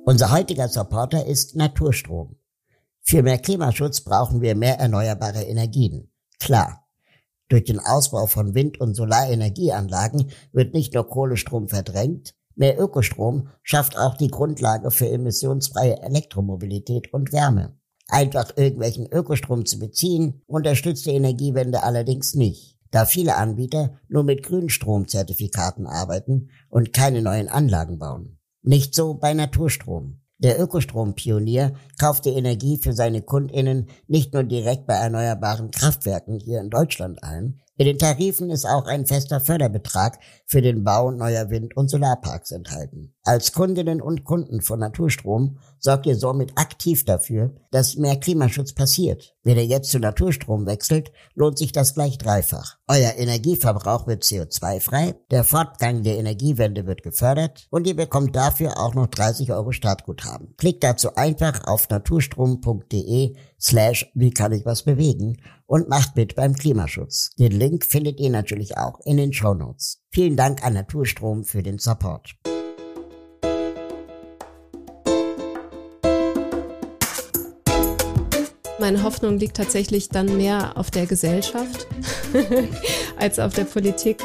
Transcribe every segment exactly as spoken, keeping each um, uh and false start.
Unser heutiger Supporter ist Naturstrom. Für mehr Klimaschutz brauchen wir mehr erneuerbare Energien. Klar, durch den Ausbau von Wind- und Solarenergieanlagen wird nicht nur Kohlestrom verdrängt, mehr Ökostrom schafft auch die Grundlage für emissionsfreie Elektromobilität und Wärme. Einfach irgendwelchen Ökostrom zu beziehen, unterstützt die Energiewende allerdings nicht, da viele Anbieter nur mit Grünstromzertifikaten arbeiten und keine neuen Anlagen bauen. Nicht so bei Naturstrom. Der Ökostrompionier kauft die Energie für seine KundInnen nicht nur direkt bei erneuerbaren Kraftwerken hier in Deutschland ein. In den Tarifen ist auch ein fester Förderbetrag für den Bau neuer Wind- und Solarparks enthalten. Als Kundinnen und Kunden von Naturstrom sorgt ihr somit aktiv dafür, dass mehr Klimaschutz passiert. Wenn ihr jetzt zu Naturstrom wechselt, lohnt sich das gleich dreifach. Euer Energieverbrauch wird C O zwei frei, der Fortgang der Energiewende wird gefördert und ihr bekommt dafür auch noch dreißig Euro Startguthaben. Klickt dazu einfach auf naturstrom.de slash wie kann ich was bewegen und macht mit beim Klimaschutz. Den Link findet ihr natürlich auch in den Shownotes. Vielen Dank an Naturstrom für den Support. Meine Hoffnung liegt tatsächlich dann mehr auf der Gesellschaft als auf der Politik.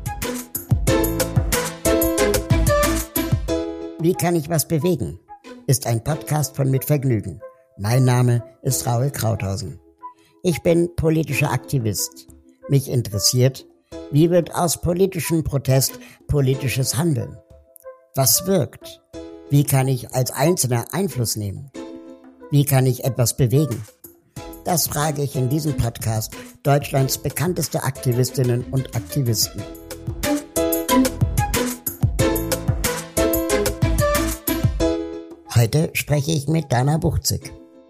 Wie kann ich was bewegen? Ist ein Podcast von Mit Vergnügen. Mein Name ist Raoul Krauthausen. Ich bin politischer Aktivist. Mich interessiert, wie wird aus politischem Protest politisches Handeln? Was wirkt? Wie kann ich als Einzelner Einfluss nehmen? Wie kann ich etwas bewegen? Das frage ich in diesem Podcast Deutschlands bekannteste Aktivistinnen und Aktivisten. Heute spreche ich mit Dana Buchzig.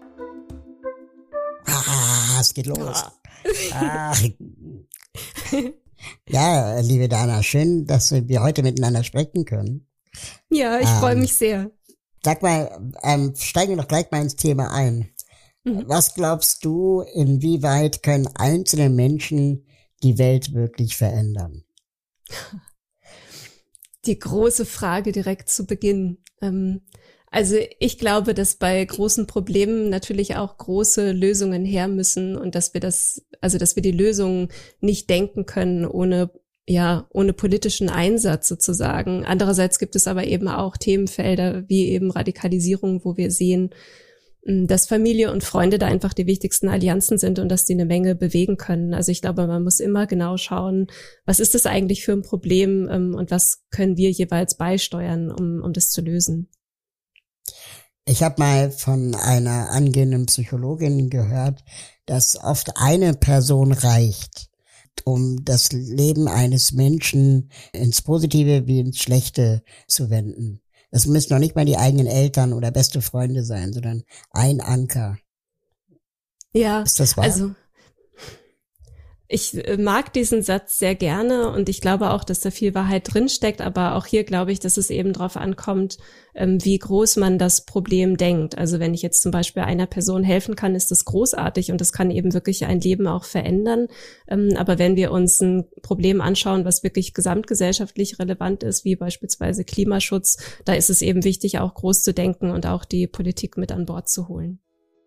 Ah, es geht los. Ah. Ja, liebe Dana, schön, dass wir heute miteinander sprechen können. Ja, ich ähm, freue mich sehr. Sag mal, ähm, steigen wir doch gleich mal ins Thema ein. Mhm. Was glaubst du, inwieweit können einzelne Menschen die Welt wirklich verändern? Die große Frage direkt zu Beginn. Ähm, also ich glaube, dass bei großen Problemen natürlich auch große Lösungen her müssen und dass wir das, also dass wir die Lösungen nicht denken können ohne ja, ohne politischen Einsatz sozusagen. Andererseits gibt es aber eben auch Themenfelder wie eben Radikalisierung, wo wir sehen, dass Familie und Freunde da einfach die wichtigsten Allianzen sind und dass die eine Menge bewegen können. Also ich glaube, man muss immer genau schauen, was ist das eigentlich für ein Problem und was können wir jeweils beisteuern, um, um das zu lösen. Ich habe mal von einer angehenden Psychologin gehört, dass oft eine Person reicht, um das Leben eines Menschen ins Positive wie ins Schlechte zu wenden. Das müssen noch nicht mal die eigenen Eltern oder beste Freunde sein, sondern ein Anker. Ja, ist das wahr? Also ich mag diesen Satz sehr gerne und ich glaube auch, dass da viel Wahrheit drinsteckt, aber auch hier glaube ich, dass es eben drauf ankommt, wie groß man das Problem denkt. Also wenn ich jetzt zum Beispiel einer Person helfen kann, ist das großartig und das kann eben wirklich ein Leben auch verändern. Aber wenn wir uns ein Problem anschauen, was wirklich gesamtgesellschaftlich relevant ist, wie beispielsweise Klimaschutz, da ist es eben wichtig, auch groß zu denken und auch die Politik mit an Bord zu holen.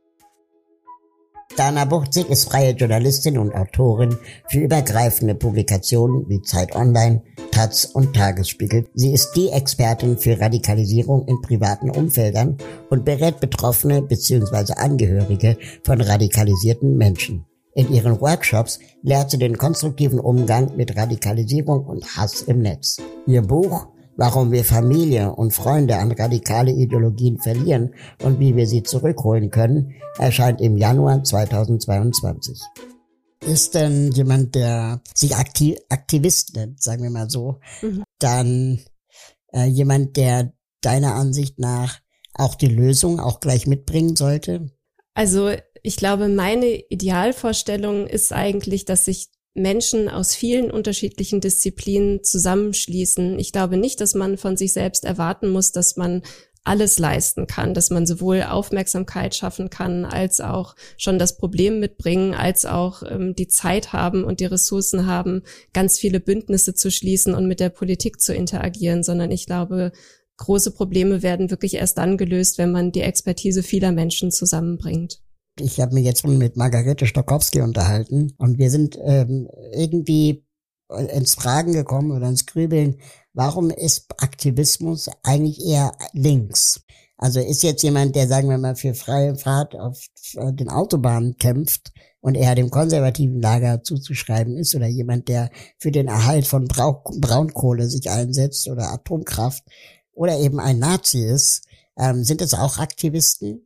Dana Buchzig ist freie Journalistin und Autorin für übergreifende Publikationen wie Zeit Online, Taz und Tagesspiegel. Sie ist die Expertin für Radikalisierung in privaten Umfeldern und berät Betroffene bzw. Angehörige von radikalisierten Menschen. In ihren Workshops lehrt sie den konstruktiven Umgang mit Radikalisierung und Hass im Netz. Ihr Buch Warum wir Familie und Freunde an radikale Ideologien verlieren und wie wir sie zurückholen können, erscheint im Januar zweitausendzweiundzwanzig. Ist denn jemand, der sich Aktiv- Aktivist nennt, sagen wir mal so, mhm. dann äh, jemand, der deiner Ansicht nach auch die Lösung auch gleich mitbringen sollte? Also ich glaube, meine Idealvorstellung ist eigentlich, dass sich Menschen aus vielen unterschiedlichen Disziplinen zusammenschließen. Ich glaube nicht, dass man von sich selbst erwarten muss, dass man alles leisten kann, dass man sowohl Aufmerksamkeit schaffen kann, als auch schon das Problem mitbringen, als auch ähm, die Zeit haben und die Ressourcen haben, ganz viele Bündnisse zu schließen und mit der Politik zu interagieren, sondern ich glaube, große Probleme werden wirklich erst dann gelöst, wenn man die Expertise vieler Menschen zusammenbringt. Ich habe mich jetzt mit Margarete Stokowski unterhalten und wir sind ähm, irgendwie ins Fragen gekommen oder ins Grübeln, warum ist Aktivismus eigentlich eher links? Also ist jetzt jemand, der, sagen wir mal, für freie Fahrt auf den Autobahnen kämpft und eher dem konservativen Lager zuzuschreiben ist, oder jemand, der für den Erhalt von Brau- Braunkohle sich einsetzt oder Atomkraft oder eben ein Nazi ist, ähm, sind es auch Aktivisten?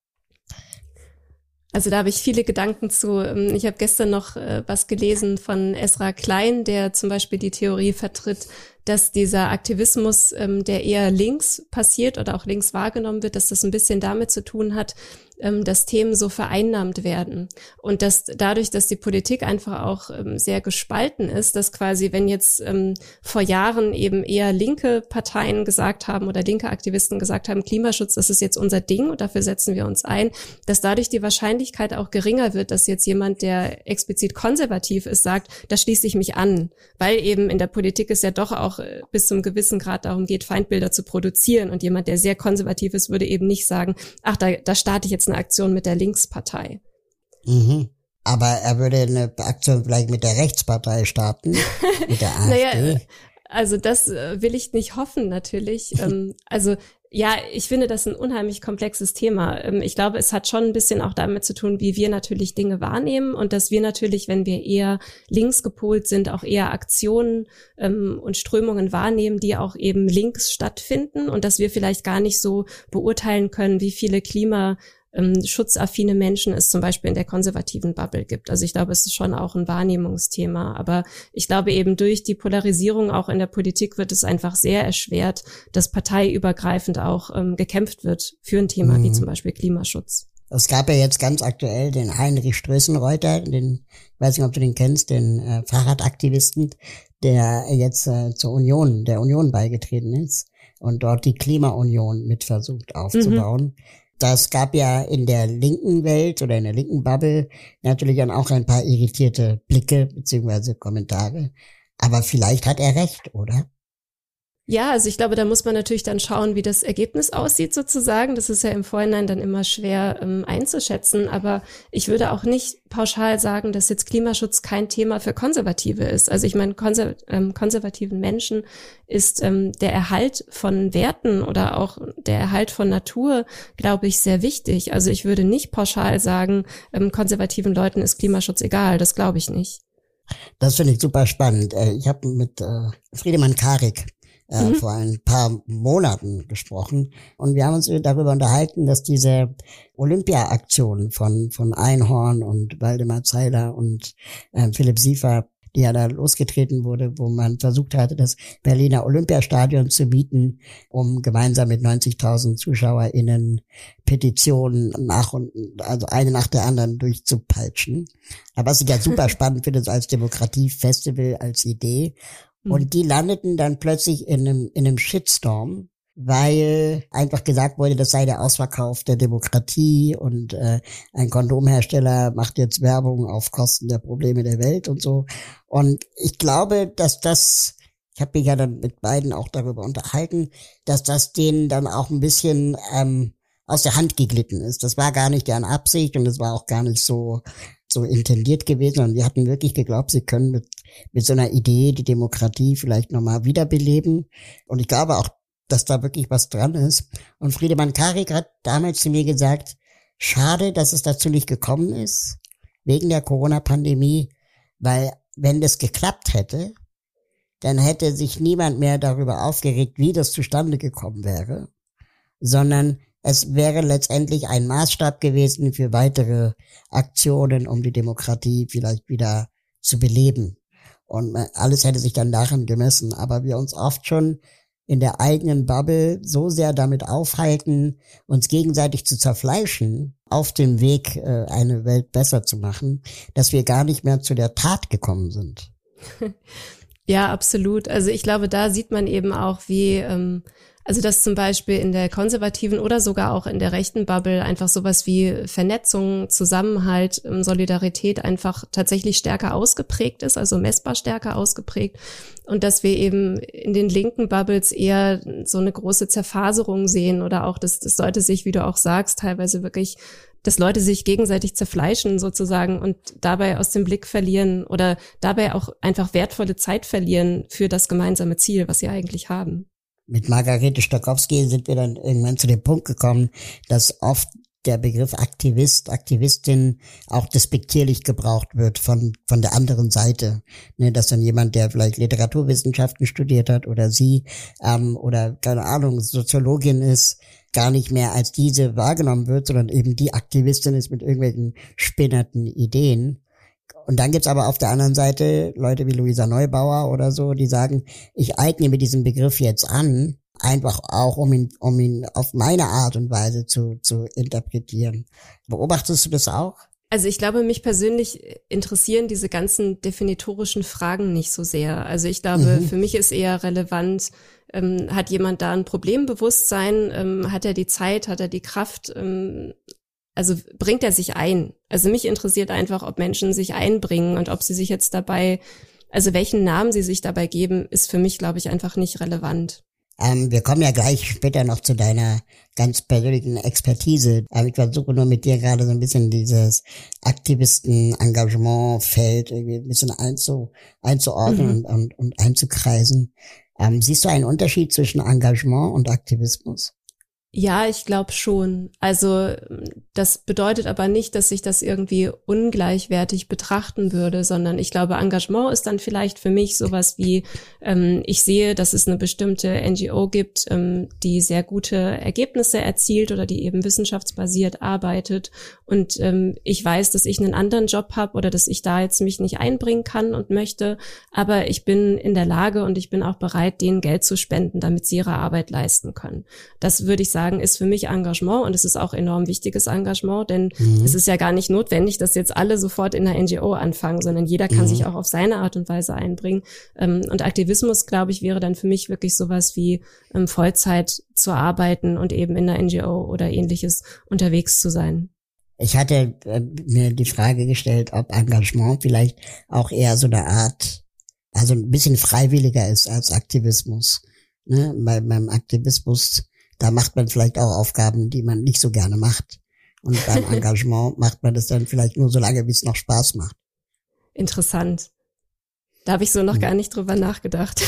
Also da habe ich viele Gedanken zu. Ich habe gestern noch äh, was gelesen von Ezra Klein, der zum Beispiel die Theorie vertritt, dass dieser Aktivismus, ähm, der eher links passiert oder auch links wahrgenommen wird, dass das ein bisschen damit zu tun hat, ähm, dass Themen so vereinnahmt werden. Und dass dadurch, dass die Politik einfach auch ähm, sehr gespalten ist, dass quasi, wenn jetzt ähm, vor Jahren eben eher linke Parteien gesagt haben oder linke Aktivisten gesagt haben, Klimaschutz, das ist jetzt unser Ding und dafür setzen wir uns ein, dass dadurch die Wahrscheinlichkeit auch geringer wird, dass jetzt jemand, der explizit konservativ ist, sagt, da schließe ich mich an. Weil eben in der Politik es ja doch auch bis zum gewissen Grad darum geht, Feindbilder zu produzieren. Und jemand, der sehr konservativ ist, würde eben nicht sagen, ach, da, da starte ich jetzt eine Aktion mit der Linkspartei. Mhm. Aber er würde eine Aktion vielleicht mit der Rechtspartei starten, mit der AfD. Naja, also das will ich nicht hoffen, natürlich. Also ja, ich finde das ein unheimlich komplexes Thema. Ich glaube, es hat schon ein bisschen auch damit zu tun, wie wir natürlich Dinge wahrnehmen und dass wir natürlich, wenn wir eher links gepolt sind, auch eher Aktionen ähm, und Strömungen wahrnehmen, die auch eben links stattfinden und dass wir vielleicht gar nicht so beurteilen können, wie viele Klima ähm, schutzaffine Menschen es zum Beispiel in der konservativen Bubble gibt. Also ich glaube, es ist schon auch ein Wahrnehmungsthema. Aber ich glaube eben durch die Polarisierung auch in der Politik wird es einfach sehr erschwert, dass parteiübergreifend auch ähm, gekämpft wird für ein Thema mhm. wie zum Beispiel Klimaschutz. Es gab ja jetzt ganz aktuell den Heinrich Strößenreuter, den, ich weiß nicht, ob du den kennst, den äh, Fahrradaktivisten, der jetzt äh, zur Union, der Union beigetreten ist und dort die Klimaunion mit versucht aufzubauen. Mhm. Das gab ja in der linken Welt oder in der linken Bubble natürlich dann auch ein paar irritierte Blicke beziehungsweise Kommentare. Aber vielleicht hat er recht, oder? Ja, also ich glaube, da muss man natürlich dann schauen, wie das Ergebnis aussieht sozusagen. Das ist ja im Vorhinein dann immer schwer ähm, einzuschätzen. Aber ich würde auch nicht pauschal sagen, dass jetzt Klimaschutz kein Thema für Konservative ist. Also ich meine, konser ähm, konservativen Menschen ist ähm, der Erhalt von Werten oder auch der Erhalt von Natur, glaube ich, sehr wichtig. Also ich würde nicht pauschal sagen, ähm, konservativen Leuten ist Klimaschutz egal. Das glaube ich nicht. Das finde ich super spannend. Ich habe mit äh, Friedemann Karik Äh, mhm. vor ein paar Monaten gesprochen und wir haben uns darüber unterhalten, dass diese Olympia-Aktion von von Einhorn und Waldemar Zeiler und äh, Philipp Siefer, die ja da losgetreten wurde, wo man versucht hatte, das Berliner Olympiastadion zu mieten, um gemeinsam mit neunzigtausend ZuschauerInnen Petitionen nach und also eine nach der anderen durchzupeitschen. Aber was ich ja super spannend finde, so als Demokratiefestival, als Idee. Und die landeten dann plötzlich in einem, in einem Shitstorm, weil einfach gesagt wurde, das sei der Ausverkauf der Demokratie und äh, ein Kondomhersteller macht jetzt Werbung auf Kosten der Probleme der Welt und so. Und ich glaube, dass das, ich habe mich ja dann mit beiden auch darüber unterhalten, dass das denen dann auch ein bisschen ähm, aus der Hand geglitten ist. Das war gar nicht deren Absicht und das war auch gar nicht so so intendiert gewesen, und wir hatten wirklich geglaubt, sie können mit mit so einer Idee die Demokratie vielleicht nochmal wiederbeleben. Und ich glaube auch, dass da wirklich was dran ist. Und Friedemann Karik hat damals zu mir gesagt, schade, dass es dazu nicht gekommen ist, wegen der Corona-Pandemie, weil wenn das geklappt hätte, dann hätte sich niemand mehr darüber aufgeregt, wie das zustande gekommen wäre, sondern es wäre letztendlich ein Maßstab gewesen für weitere Aktionen, um die Demokratie vielleicht wieder zu beleben. Und alles hätte sich dann daran gemessen. Aber wir uns oft schon in der eigenen Bubble so sehr damit aufhalten, uns gegenseitig zu zerfleischen, auf dem Weg, eine Welt besser zu machen, dass wir gar nicht mehr zu der Tat gekommen sind. Ja, absolut. Also ich glaube, da sieht man eben auch, wie... Ähm Also dass zum Beispiel in der konservativen oder sogar auch in der rechten Bubble einfach sowas wie Vernetzung, Zusammenhalt, Solidarität einfach tatsächlich stärker ausgeprägt ist, also messbar stärker ausgeprägt. Und dass wir eben in den linken Bubbles eher so eine große Zerfaserung sehen oder auch, dass, dass Leute sich, wie du auch sagst, teilweise wirklich, dass Leute sich gegenseitig zerfleischen sozusagen und dabei aus dem Blick verlieren oder dabei auch einfach wertvolle Zeit verlieren für das gemeinsame Ziel, was sie eigentlich haben. Mit Margarete Stokowski sind wir dann irgendwann zu dem Punkt gekommen, dass oft der Begriff Aktivist, Aktivistin auch despektierlich gebraucht wird von von der anderen Seite. Ne, dass dann jemand, der vielleicht Literaturwissenschaften studiert hat oder sie ähm, oder keine Ahnung, Soziologin ist, gar nicht mehr als diese wahrgenommen wird, sondern eben die Aktivistin ist mit irgendwelchen spinnerten Ideen. Und dann gibt's aber auf der anderen Seite Leute wie Luisa Neubauer oder so, die sagen, ich eigne mir diesen Begriff jetzt an, einfach auch, um ihn, um ihn auf meine Art und Weise zu, zu interpretieren. Beobachtest du das auch? Also ich glaube, mich persönlich interessieren diese ganzen definitorischen Fragen nicht so sehr. Also ich glaube, mhm. für mich ist eher relevant, ähm, hat jemand da ein Problembewusstsein, ähm, hat er die Zeit, hat er die Kraft, ähm, also bringt er sich ein? Also mich interessiert einfach, ob Menschen sich einbringen und ob sie sich jetzt dabei, also welchen Namen sie sich dabei geben, ist für mich, glaube ich, einfach nicht relevant. Ähm, wir kommen ja gleich später noch zu deiner ganz persönlichen Expertise. Aber ich versuche nur mit dir gerade so ein bisschen dieses Aktivisten-Engagement-Feld irgendwie ein bisschen einzu, einzuordnen mhm. und, und, und einzukreisen. Ähm, siehst du einen Unterschied zwischen Engagement und Aktivismus? Ja, ich glaube schon. Also das bedeutet aber nicht, dass ich das irgendwie ungleichwertig betrachten würde, sondern ich glaube, Engagement ist dann vielleicht für mich sowas wie, ähm, ich sehe, dass es eine bestimmte N G O gibt, ähm, die sehr gute Ergebnisse erzielt oder die eben wissenschaftsbasiert arbeitet und ähm, ich weiß, dass ich einen anderen Job habe oder dass ich da jetzt mich nicht einbringen kann und möchte, aber ich bin in der Lage und ich bin auch bereit, denen Geld zu spenden, damit sie ihre Arbeit leisten können. Das würde ich sagen, ist für mich Engagement und es ist auch enorm wichtiges Engagement, denn mhm. es ist ja gar nicht notwendig, dass jetzt alle sofort in einer N G O anfangen, sondern jeder kann mhm. sich auch auf seine Art und Weise einbringen. Und Aktivismus, glaube ich, wäre dann für mich wirklich sowas wie Vollzeit zu arbeiten und eben in einer N G O oder ähnliches unterwegs zu sein. Ich hatte äh, mir die Frage gestellt, ob Engagement vielleicht auch eher so eine Art, also ein bisschen freiwilliger ist als Aktivismus. Ne? Bei, beim Aktivismus, da macht man vielleicht auch Aufgaben, die man nicht so gerne macht. Und beim Engagement macht man das dann vielleicht nur so lange, wie es noch Spaß macht. Interessant. Da habe ich so noch hm. gar nicht drüber nachgedacht.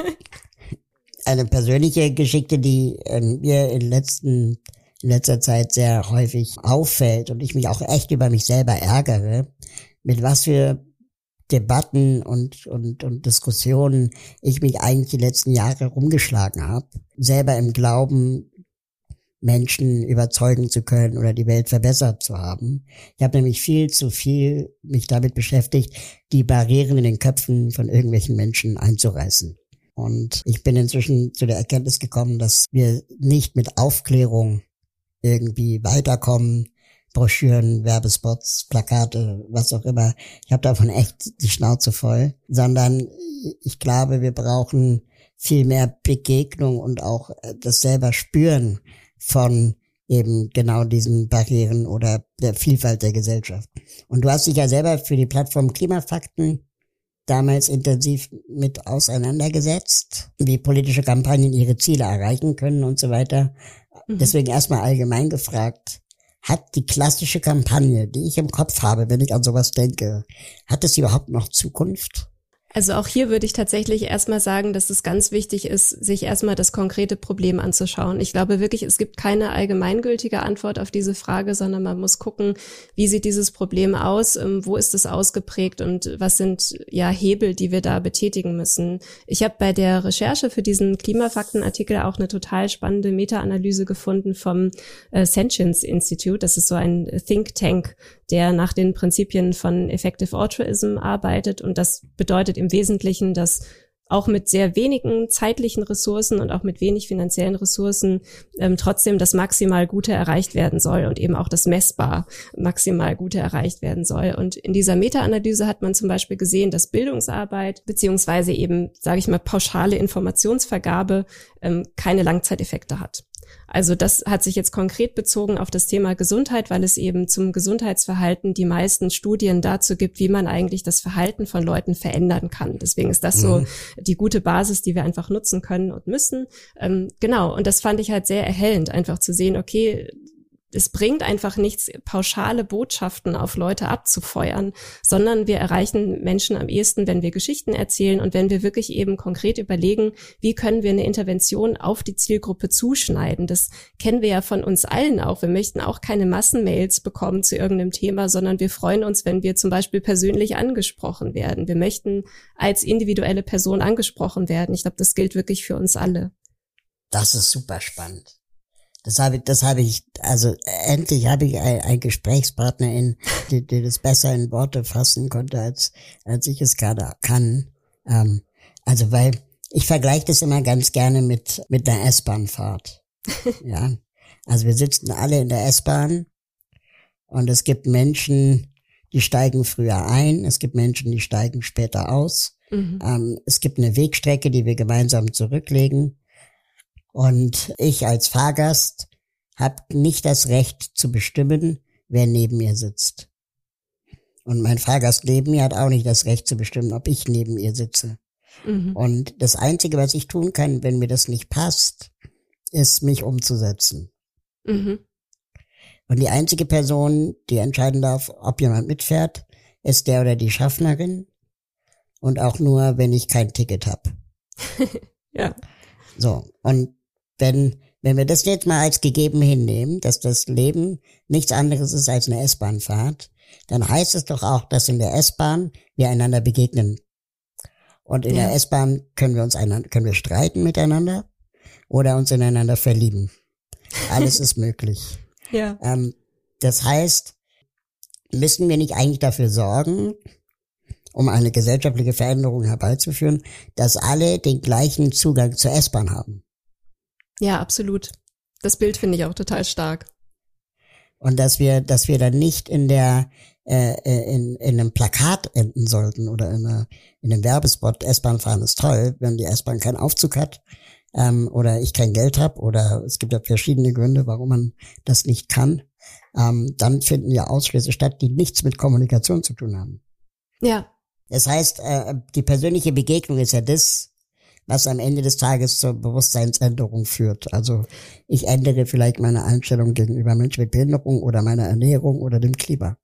Eine persönliche Geschichte, die äh, mir in, letzten, in letzter Zeit sehr häufig auffällt und ich mich auch echt über mich selber ärgere, mit was für Debatten und, und, und Diskussionen ich mich eigentlich die letzten Jahre rumgeschlagen habe, selber im Glauben, Menschen überzeugen zu können oder die Welt verbessert zu haben. Ich habe nämlich viel zu viel mich damit beschäftigt, die Barrieren in den Köpfen von irgendwelchen Menschen einzureißen. Und ich bin inzwischen zu der Erkenntnis gekommen, dass wir nicht mit Aufklärung irgendwie weiterkommen, Broschüren, Werbespots, Plakate, was auch immer. Ich habe davon echt die Schnauze voll. Sondern ich glaube, wir brauchen viel mehr Begegnung und auch das selber Spüren von eben genau diesen Barrieren oder der Vielfalt der Gesellschaft. Und du hast dich ja selber für die Plattform Klimafakten damals intensiv mit auseinandergesetzt, wie politische Kampagnen ihre Ziele erreichen können und so weiter. Mhm. Deswegen erstmal allgemein gefragt, hat die klassische Kampagne, die ich im Kopf habe, wenn ich an sowas denke, hat es überhaupt noch Zukunft? Also auch hier würde ich tatsächlich erstmal sagen, dass es ganz wichtig ist, sich erstmal das konkrete Problem anzuschauen. Ich glaube wirklich, es gibt keine allgemeingültige Antwort auf diese Frage, sondern man muss gucken, wie sieht dieses Problem aus, wo ist es ausgeprägt und was sind ja Hebel, die wir da betätigen müssen. Ich habe bei der Recherche für diesen Klimafaktenartikel auch eine total spannende Meta-Analyse gefunden vom äh, Sentience Institute. Das ist so ein Think Tank, der nach den Prinzipien von Effective Altruism arbeitet und das bedeutet im Wesentlichen, dass auch mit sehr wenigen zeitlichen Ressourcen und auch mit wenig finanziellen Ressourcen ähm, trotzdem das maximal Gute erreicht werden soll und eben auch das messbar maximal Gute erreicht werden soll. Und in dieser Meta-Analyse hat man zum Beispiel gesehen, dass Bildungsarbeit beziehungsweise eben, sage ich mal, pauschale Informationsvergabe ähm, keine Langzeiteffekte hat. Also das hat sich jetzt konkret bezogen auf das Thema Gesundheit, weil es eben zum Gesundheitsverhalten die meisten Studien dazu gibt, wie man eigentlich das Verhalten von Leuten verändern kann. Deswegen ist das so mhm. die gute Basis, die wir einfach nutzen können und müssen. Ähm, genau, und das fand ich halt sehr erhellend, einfach zu sehen, okay, es bringt einfach nichts, pauschale Botschaften auf Leute abzufeuern, sondern wir erreichen Menschen am ehesten, wenn wir Geschichten erzählen und wenn wir wirklich eben konkret überlegen, wie können wir eine Intervention auf die Zielgruppe zuschneiden. Das kennen wir ja von uns allen auch. Wir möchten auch keine Massenmails bekommen zu irgendeinem Thema, sondern wir freuen uns, wenn wir zum Beispiel persönlich angesprochen werden. Wir möchten als individuelle Person angesprochen werden. Ich glaube, das gilt wirklich für uns alle. Das ist super spannend. Das habe ich, das habe ich, also endlich habe ich ein, ein Gesprächspartnerin, die, die das besser in Worte fassen konnte, als als ich es gerade kann. Ähm, also weil ich vergleiche das immer ganz gerne mit mit einer S-Bahn-Fahrt. Ja, also wir sitzen alle in der S-Bahn und es gibt Menschen, die steigen früher ein, es gibt Menschen, die steigen später aus. Mhm. Ähm, es gibt eine Wegstrecke, die wir gemeinsam zurücklegen. Und ich als Fahrgast habe nicht das Recht zu bestimmen, wer neben mir sitzt. Und mein Fahrgast neben mir hat auch nicht das Recht zu bestimmen, ob ich neben ihr sitze. Mhm. Und das Einzige, was ich tun kann, wenn mir das nicht passt, ist, mich umzusetzen. Mhm. Und die einzige Person, die entscheiden darf, ob jemand mitfährt, ist der oder die Schaffnerin. Und auch nur, wenn ich kein Ticket habe. Ja. So, und wenn wenn wir das jetzt mal als gegeben hinnehmen, dass das Leben nichts anderes ist als eine S-Bahn-Fahrt, dann heißt es doch auch, dass in der S-Bahn wir einander begegnen. Und in ja. der S-Bahn können wir uns einander, können wir streiten miteinander oder uns ineinander verlieben. Alles ist möglich. Ja. Ähm, das heißt, müssen wir nicht eigentlich dafür sorgen, um eine gesellschaftliche Veränderung herbeizuführen, dass alle den gleichen Zugang zur S-Bahn haben? Ja, absolut. Das Bild finde ich auch total stark. Und dass wir, dass wir dann nicht in der, äh, in, in einem Plakat enden sollten oder in, einer, in einem Werbespot, S-Bahn fahren ist toll, wenn die S-Bahn keinen Aufzug hat, ähm, oder ich kein Geld habe, oder es gibt ja verschiedene Gründe, warum man das nicht kann, ähm, dann finden ja Ausschlüsse statt, die nichts mit Kommunikation zu tun haben. Ja. Das heißt, äh, die persönliche Begegnung ist ja das, was am Ende des Tages zur Bewusstseinsänderung führt. Also ich ändere vielleicht meine Einstellung gegenüber Menschen mit Behinderung oder meiner Ernährung oder dem Klima.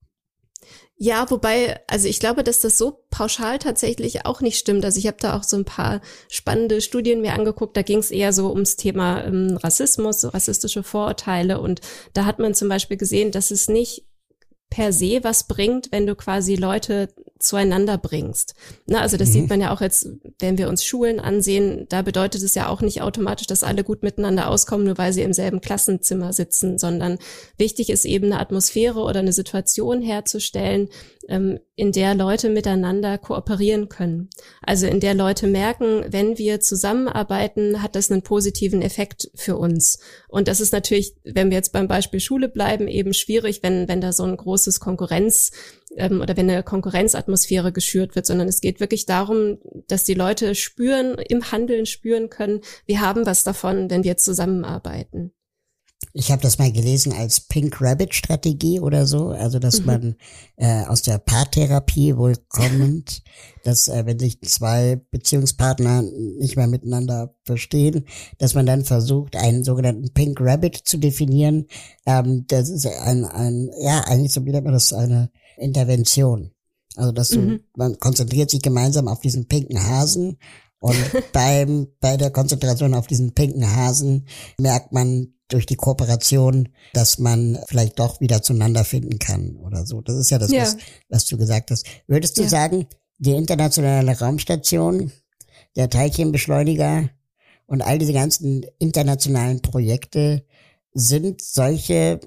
Ja, wobei, also ich glaube, dass das so pauschal tatsächlich auch nicht stimmt. Also ich habe da auch so ein paar spannende Studien mir angeguckt. Da ging es eher so ums Thema ähm, Rassismus, so rassistische Vorurteile. Und da hat man zum Beispiel gesehen, dass es nicht per se was bringt, wenn du quasi Leute zueinander bringst. Na, also das mhm. sieht man ja auch jetzt, wenn wir uns Schulen ansehen, da bedeutet es ja auch nicht automatisch, dass alle gut miteinander auskommen, nur weil sie im selben Klassenzimmer sitzen, sondern wichtig ist eben eine Atmosphäre oder eine Situation herzustellen, ähm, in der Leute miteinander kooperieren können. Also in der Leute merken, wenn wir zusammenarbeiten, hat das einen positiven Effekt für uns. Und das ist natürlich, wenn wir jetzt beim Beispiel Schule bleiben, eben schwierig, wenn wenn da so ein großes Konkurrenz ähm, oder wenn eine Konkurrenzatmosphäre geschürt wird, sondern es geht wirklich darum, dass die Leute spüren, im Handeln spüren können, wir haben was davon, wenn wir zusammenarbeiten. Ich habe das mal gelesen als Pink Rabbit Strategie oder so, also dass mhm. man äh, aus der Paartherapie wohl kommend, dass äh, wenn sich zwei Beziehungspartner nicht mehr miteinander verstehen, dass man dann versucht, einen sogenannten Pink Rabbit zu definieren. Ähm, das ist ein, ein ja eigentlich so wie nennt man das, eine Intervention. Also dass du, mhm. man konzentriert sich gemeinsam auf diesen pinken Hasen. Und beim bei der Konzentration auf diesen pinken Hasen merkt man durch die Kooperation, dass man vielleicht doch wieder zueinander finden kann oder so. Das ist ja das, ja. Was, was du gesagt hast. Würdest du ja. sagen, die internationale Raumstation, der Teilchenbeschleuniger und all diese ganzen internationalen Projekte sind solche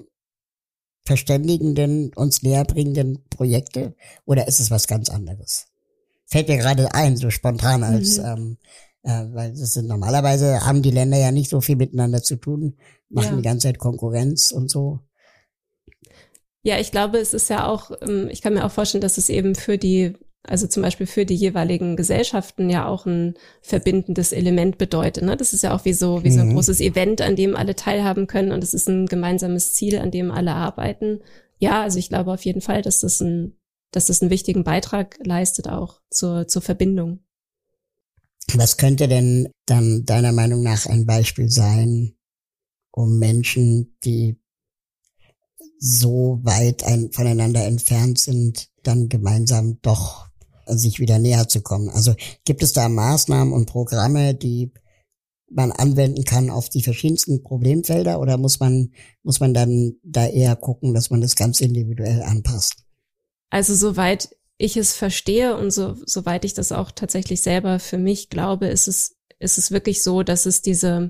verständigenden, uns näherbringenden Projekte oder ist es was ganz anderes? fällt mir gerade ein, so spontan als, Mhm. ähm, äh, weil das sind normalerweise haben die Länder ja nicht so viel miteinander zu tun, machen Ja. die ganze Zeit Konkurrenz und so. Ja, ich glaube, es ist ja auch, ähm, ich kann mir auch vorstellen, dass es eben für die, also zum Beispiel für die jeweiligen Gesellschaften ja auch ein verbindendes Element bedeutet. Ne? Das ist ja auch wie so, wie so ein Mhm. großes Event, an dem alle teilhaben können und es ist ein gemeinsames Ziel, an dem alle arbeiten. Ja, also ich glaube auf jeden Fall, dass das ein, dass das einen wichtigen Beitrag leistet auch zur, zur Verbindung. Was könnte denn dann deiner Meinung nach ein Beispiel sein, um Menschen, die so weit ein, voneinander entfernt sind, dann gemeinsam doch sich wieder näher zu kommen? Also gibt es da Maßnahmen und Programme, die man anwenden kann auf die verschiedensten Problemfelder, oder muss man, muss man dann da eher gucken, dass man das ganz individuell anpasst? Also soweit ich es verstehe und so, soweit ich das auch tatsächlich selber für mich glaube, ist es, ist es wirklich so, dass es diese,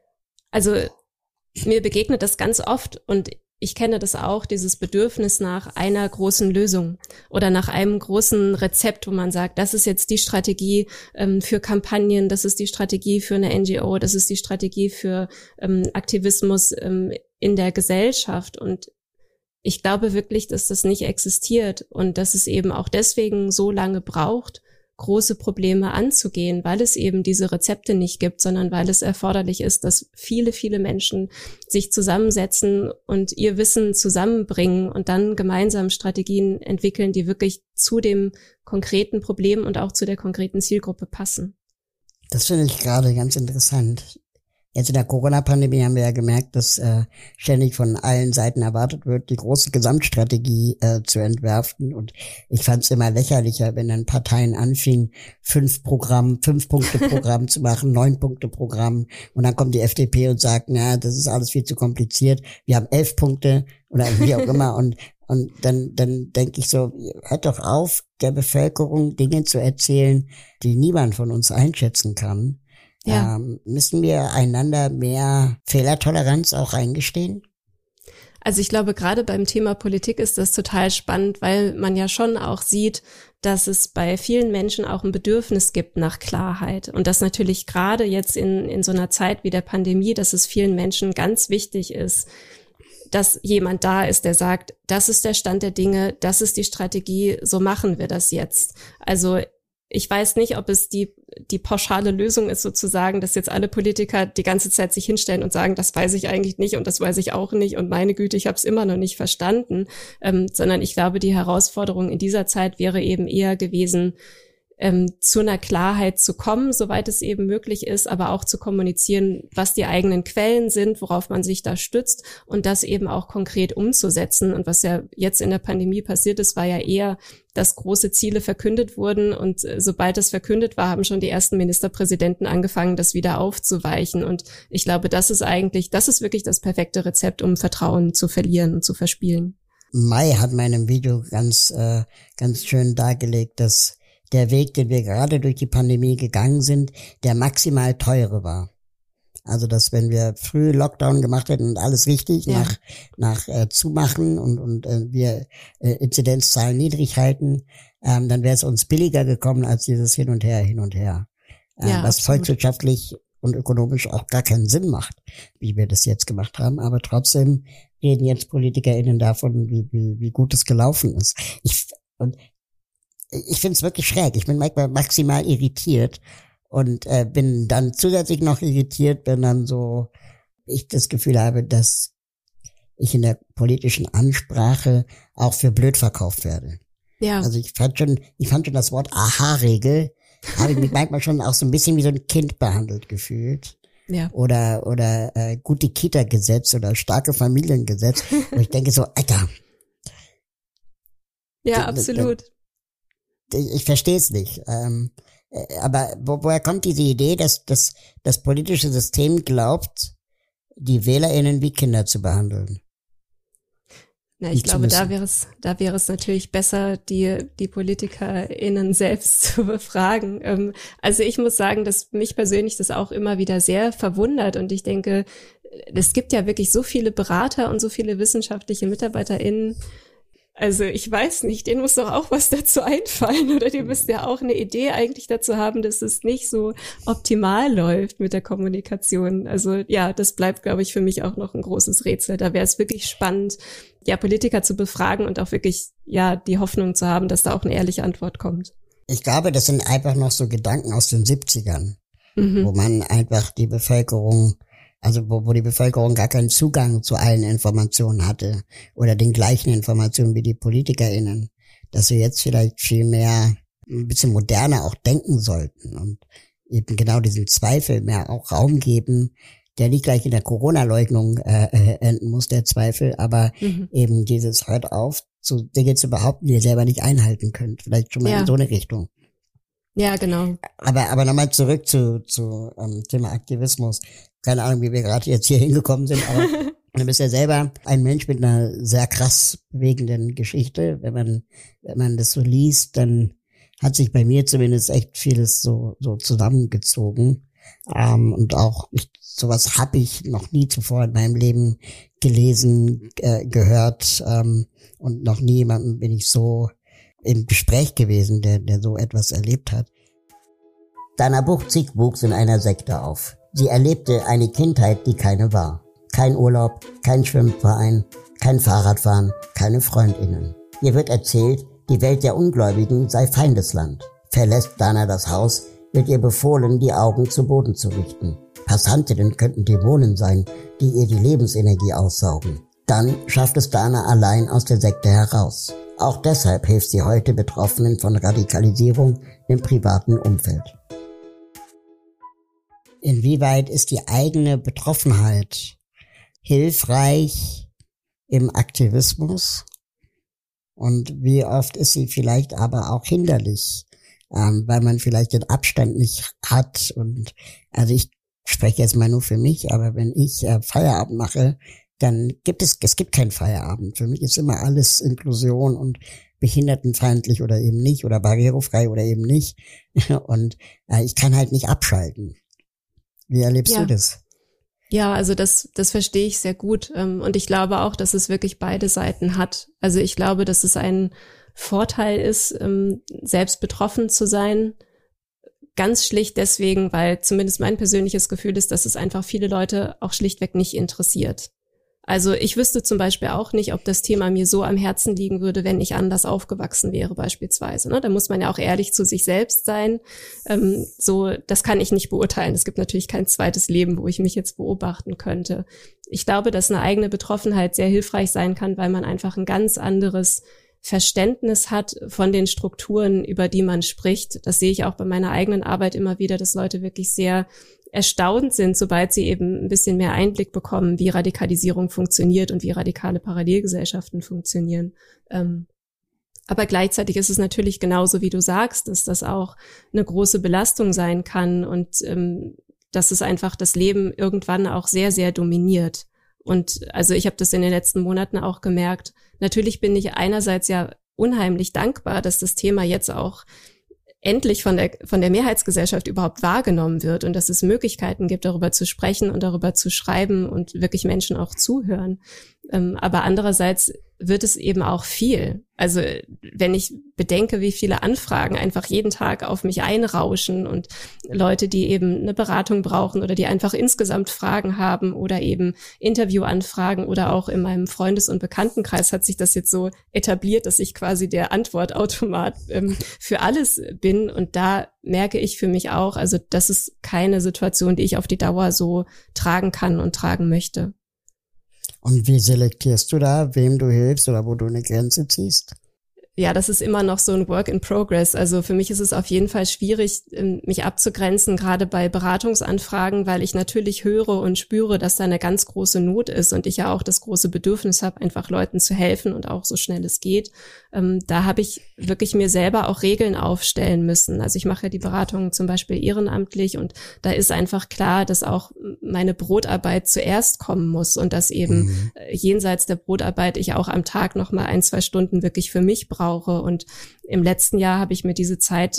also mir begegnet das ganz oft und ich kenne das auch, dieses Bedürfnis nach einer großen Lösung oder nach einem großen Rezept, wo man sagt, das ist jetzt die Strategie ähm, für Kampagnen, das ist die Strategie für eine N G O, das ist die Strategie für ähm, Aktivismus ähm, in der Gesellschaft. Und ich glaube wirklich, dass das nicht existiert und dass es eben auch deswegen so lange braucht, große Probleme anzugehen, weil es eben diese Rezepte nicht gibt, sondern weil es erforderlich ist, dass viele, viele Menschen sich zusammensetzen und ihr Wissen zusammenbringen und dann gemeinsam Strategien entwickeln, die wirklich zu dem konkreten Problem und auch zu der konkreten Zielgruppe passen. Das finde ich gerade ganz interessant. Jetzt in der Corona-Pandemie haben wir ja gemerkt, dass äh, ständig von allen Seiten erwartet wird, die große Gesamtstrategie äh, zu entwerfen. Und ich fand es immer lächerlicher, wenn dann Parteien anfingen, fünf Programm, fünf Punkte Programm zu machen, neun Punkte Programm. Und dann kommt die F D P und sagt, na, das ist alles viel zu kompliziert. Wir haben elf Punkte oder wie auch immer. Und und dann dann denke ich so, hört doch auf, der Bevölkerung Dinge zu erzählen, die niemand von uns einschätzen kann. Ja. Ähm, müssen wir einander mehr Fehlertoleranz auch eingestehen? Also ich glaube, gerade beim Thema Politik ist das total spannend, weil man ja schon auch sieht, dass es bei vielen Menschen auch ein Bedürfnis gibt nach Klarheit. Und das natürlich gerade jetzt in, in so einer Zeit wie der Pandemie, dass es vielen Menschen ganz wichtig ist, dass jemand da ist, der sagt, das ist der Stand der Dinge, das ist die Strategie, so machen wir das jetzt. Also ich weiß nicht, ob es die die pauschale Lösung ist sozusagen, dass jetzt alle Politiker die ganze Zeit sich hinstellen und sagen, das weiß ich eigentlich nicht und das weiß ich auch nicht und meine Güte, ich habe es immer noch nicht verstanden, ähm, sondern ich glaube, die Herausforderung in dieser Zeit wäre eben eher gewesen, ähm, zu einer Klarheit zu kommen, soweit es eben möglich ist, aber auch zu kommunizieren, was die eigenen Quellen sind, worauf man sich da stützt und das eben auch konkret umzusetzen. Und was ja jetzt in der Pandemie passiert ist, war ja eher, dass große Ziele verkündet wurden und äh, sobald es verkündet war, haben schon die ersten Ministerpräsidenten angefangen, das wieder aufzuweichen. Und ich glaube, das ist eigentlich, das ist wirklich das perfekte Rezept, um Vertrauen zu verlieren und zu verspielen. Mai hat in meinem Video ganz, äh, ganz schön dargelegt, dass der Weg, den wir gerade durch die Pandemie gegangen sind, der maximal teure war. Also, dass wenn wir früh Lockdown gemacht hätten und alles richtig Ja. nach nach äh, zumachen und und äh, wir äh, Inzidenzzahlen niedrig halten, ähm, dann wäre es uns billiger gekommen als dieses Hin und Her, hin und her, äh, Ja, was absolut. volkswirtschaftlich und ökonomisch auch gar keinen Sinn macht, wie wir das jetzt gemacht haben. Aber trotzdem reden jetzt PolitikerInnen davon, wie wie wie gut es gelaufen ist. Ich und ich finde es wirklich schräg. Ich bin manchmal maximal irritiert und äh, bin dann zusätzlich noch irritiert, wenn dann so ich das Gefühl habe, dass ich in der politischen Ansprache auch für blöd verkauft werde. Ja. Also ich fand schon, ich fand schon das Wort Aha-Regel, habe ich mich manchmal schon auch so ein bisschen wie so ein Kind behandelt gefühlt. Ja. Oder oder äh, gute Kita-Gesetz oder starke Familiengesetz. Und ich denke so, Alter, Ja, absolut. ich, ich verstehe es nicht. Ähm, äh, aber wo, woher kommt diese Idee, dass, dass das politische System glaubt, die WählerInnen wie Kinder zu behandeln? Na, ich Nicht zu glaube, da müssen. wäre es, da wäre es natürlich besser, die, die PolitikerInnen selbst zu befragen. Ähm, also ich muss sagen, dass mich persönlich das auch immer wieder sehr verwundert und ich denke, es gibt ja wirklich so viele Berater und so viele wissenschaftliche MitarbeiterInnen, Also ich weiß nicht, denen muss doch auch was dazu einfallen oder die müssten ja auch eine Idee eigentlich dazu haben, dass es nicht so optimal läuft mit der Kommunikation. Also ja, das bleibt, glaube ich, für mich auch noch ein großes Rätsel. Da wäre es wirklich spannend, ja, Politiker zu befragen und auch wirklich, ja, die Hoffnung zu haben, dass da auch eine ehrliche Antwort kommt. Ich glaube, das sind einfach noch so Gedanken aus den siebzigern, mhm. wo man einfach die Bevölkerung Also wo, wo die Bevölkerung gar keinen Zugang zu allen Informationen hatte oder den gleichen Informationen wie die PolitikerInnen, dass wir jetzt vielleicht viel mehr, ein bisschen moderner auch denken sollten und eben genau diesen Zweifel mehr auch Raum geben, der nicht gleich in der Corona-Leugnung äh, äh, enden muss, der Zweifel, aber mhm. eben dieses hört auf, so Dinge zu behaupten, die ihr selber nicht einhalten könnt. Vielleicht schon mal ja. in so eine Richtung. Ja, genau. Aber aber nochmal zurück zu zu ähm, Thema Aktivismus. Keine Ahnung, wie wir gerade jetzt hier hingekommen sind, aber du bist ja selber ein Mensch mit einer sehr krass bewegenden Geschichte. Wenn man wenn man das so liest, dann hat sich bei mir zumindest echt vieles so so zusammengezogen. Ähm, und auch ich, sowas habe ich noch nie zuvor in meinem Leben gelesen, äh, gehört ähm, und noch nie jemandem bin ich so im Gespräch gewesen, der, der so etwas erlebt hat. Dana Buchzig wuchs in einer Sekte auf. Sie erlebte eine Kindheit, die keine war. Kein Urlaub, kein Schwimmverein, kein Fahrradfahren, keine FreundInnen. Ihr wird erzählt, die Welt der Ungläubigen sei Feindesland. Verlässt Dana das Haus, wird ihr befohlen, die Augen zu Boden zu richten. Passantinnen könnten Dämonen sein, die ihr die Lebensenergie aussaugen. Dann schafft es Dana allein aus der Sekte heraus. Auch deshalb hilft sie heute Betroffenen von Radikalisierung im privaten Umfeld. Inwieweit ist die eigene Betroffenheit hilfreich im Aktivismus? Und wie oft ist sie vielleicht aber auch hinderlich, ähm, weil man vielleicht den Abstand nicht hat? Und also ich spreche jetzt mal nur für mich, aber wenn ich äh, Feierabend mache, dann gibt es, es gibt keinen Feierabend. Für mich ist immer alles Inklusion und behindertenfeindlich oder eben nicht oder barrierefrei oder eben nicht. Und äh, ich kann halt nicht abschalten. Wie erlebst ja. du das? Ja, also das, das verstehe ich sehr gut. Und ich glaube auch, dass es wirklich beide Seiten hat. Also ich glaube, dass es ein Vorteil ist, selbst betroffen zu sein. Ganz schlicht deswegen, weil zumindest mein persönliches Gefühl ist, dass es einfach viele Leute auch schlichtweg nicht interessiert. Also ich wüsste zum Beispiel auch nicht, ob das Thema mir so am Herzen liegen würde, wenn ich anders aufgewachsen wäre beispielsweise. Ne? Da muss man ja auch ehrlich zu sich selbst sein. Ähm, so, das kann ich nicht beurteilen. Es gibt natürlich kein zweites Leben, wo ich mich jetzt beobachten könnte. Ich glaube, dass eine eigene Betroffenheit sehr hilfreich sein kann, weil man einfach ein ganz anderes Verständnis hat von den Strukturen, über die man spricht. Das sehe ich auch bei meiner eigenen Arbeit immer wieder, dass Leute wirklich sehr erstaunt sind, sobald sie eben ein bisschen mehr Einblick bekommen, wie Radikalisierung funktioniert und wie radikale Parallelgesellschaften funktionieren. Ähm, aber gleichzeitig ist es natürlich genauso, wie du sagst, dass das auch eine große Belastung sein kann und ähm, dass es einfach das Leben irgendwann auch sehr, sehr dominiert. Und also ich habe das in den letzten Monaten auch gemerkt. Natürlich bin ich einerseits ja unheimlich dankbar, dass das Thema jetzt auch endlich von der von der Mehrheitsgesellschaft überhaupt wahrgenommen wird und dass es Möglichkeiten gibt, darüber zu sprechen und darüber zu schreiben und wirklich Menschen auch zuhören. Ähm, aber andererseits wird es eben auch viel. Also wenn ich bedenke, wie viele Anfragen einfach jeden Tag auf mich einrauschen und Leute, die eben eine Beratung brauchen oder die einfach insgesamt Fragen haben oder eben Interviewanfragen oder auch in meinem Freundes- und Bekanntenkreis hat sich das jetzt so etabliert, dass ich quasi der Antwortautomat ähm, für alles bin. Und da merke ich für mich auch, also das ist keine Situation, die ich auf die Dauer so tragen kann und tragen möchte. Und wie selektierst du da, wem du hilfst oder wo du eine Grenze ziehst? Ja, das ist immer noch so ein Work in Progress. Also für mich ist es auf jeden Fall schwierig, mich abzugrenzen, gerade bei Beratungsanfragen, weil ich natürlich höre und spüre, dass da eine ganz große Not ist und ich ja auch das große Bedürfnis habe, einfach Leuten zu helfen und auch so schnell es geht. Ähm, da habe ich wirklich mir selber auch Regeln aufstellen müssen. Also ich mache ja die Beratungen zum Beispiel ehrenamtlich und da ist einfach klar, dass auch meine Brotarbeit zuerst kommen muss und dass eben mhm. jenseits der Brotarbeit ich auch am Tag noch mal ein, zwei Stunden wirklich für mich brauche. Und im letzten Jahr habe ich mir diese Zeit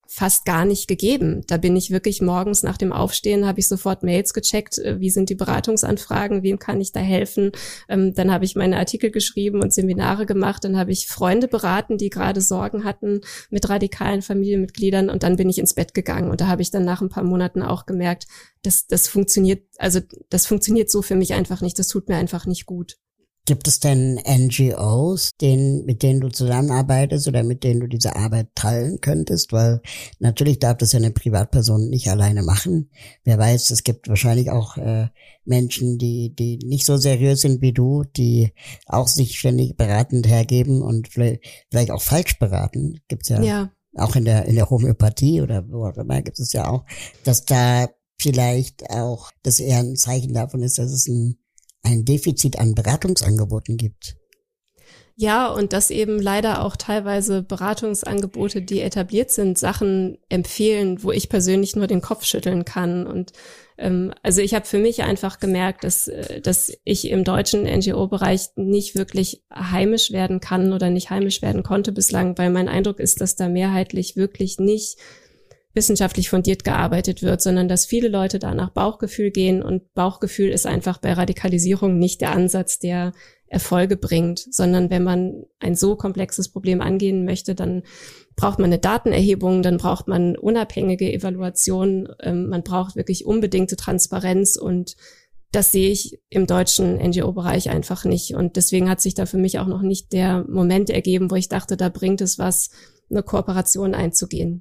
fast gar nicht gegeben. Da bin ich wirklich morgens nach dem Aufstehen, habe ich sofort Mails gecheckt, wie sind die Beratungsanfragen, wem kann ich da helfen. Ähm, dann habe ich meine Artikel geschrieben und Seminare gemacht, dann habe ich Freunde beraten, die gerade Sorgen hatten mit radikalen Familienmitgliedern und dann bin ich ins Bett gegangen. Und da habe ich dann nach ein paar Monaten auch gemerkt, dass das funktioniert, also das funktioniert so für mich einfach nicht, das tut mir einfach nicht gut. Gibt es denn N G Os, denen, mit denen du zusammenarbeitest oder mit denen du diese Arbeit teilen könntest? Weil natürlich darf das ja eine Privatperson nicht alleine machen. Wer weiß, es gibt wahrscheinlich auch äh, Menschen, die die nicht so seriös sind wie du, die auch sich ständig beratend hergeben und vielleicht, vielleicht auch falsch beraten. Gibt's ja, ja auch in der in der Homöopathie oder wo auch immer gibt es ja auch, dass da vielleicht auch das eher ein Zeichen davon ist, dass es ein ein Defizit an Beratungsangeboten gibt. Ja, und dass eben leider auch teilweise Beratungsangebote, die etabliert sind, Sachen empfehlen, wo ich persönlich nur den Kopf schütteln kann. Und ähm, also ich habe für mich einfach gemerkt, dass dass ich im deutschen N G O-Bereich nicht wirklich heimisch werden kann oder nicht heimisch werden konnte bislang, weil mein Eindruck ist, dass da mehrheitlich wirklich nicht wissenschaftlich fundiert gearbeitet wird, sondern dass viele Leute da nach Bauchgefühl gehen und Bauchgefühl ist einfach bei Radikalisierung nicht der Ansatz, der Erfolge bringt, sondern wenn man ein so komplexes Problem angehen möchte, dann braucht man eine Datenerhebung, dann braucht man unabhängige Evaluation, ähm, man braucht wirklich unbedingte Transparenz und das sehe ich im deutschen N G O-Bereich einfach nicht und deswegen hat sich da für mich auch noch nicht der Moment ergeben, wo ich dachte, da bringt es was, eine Kooperation einzugehen.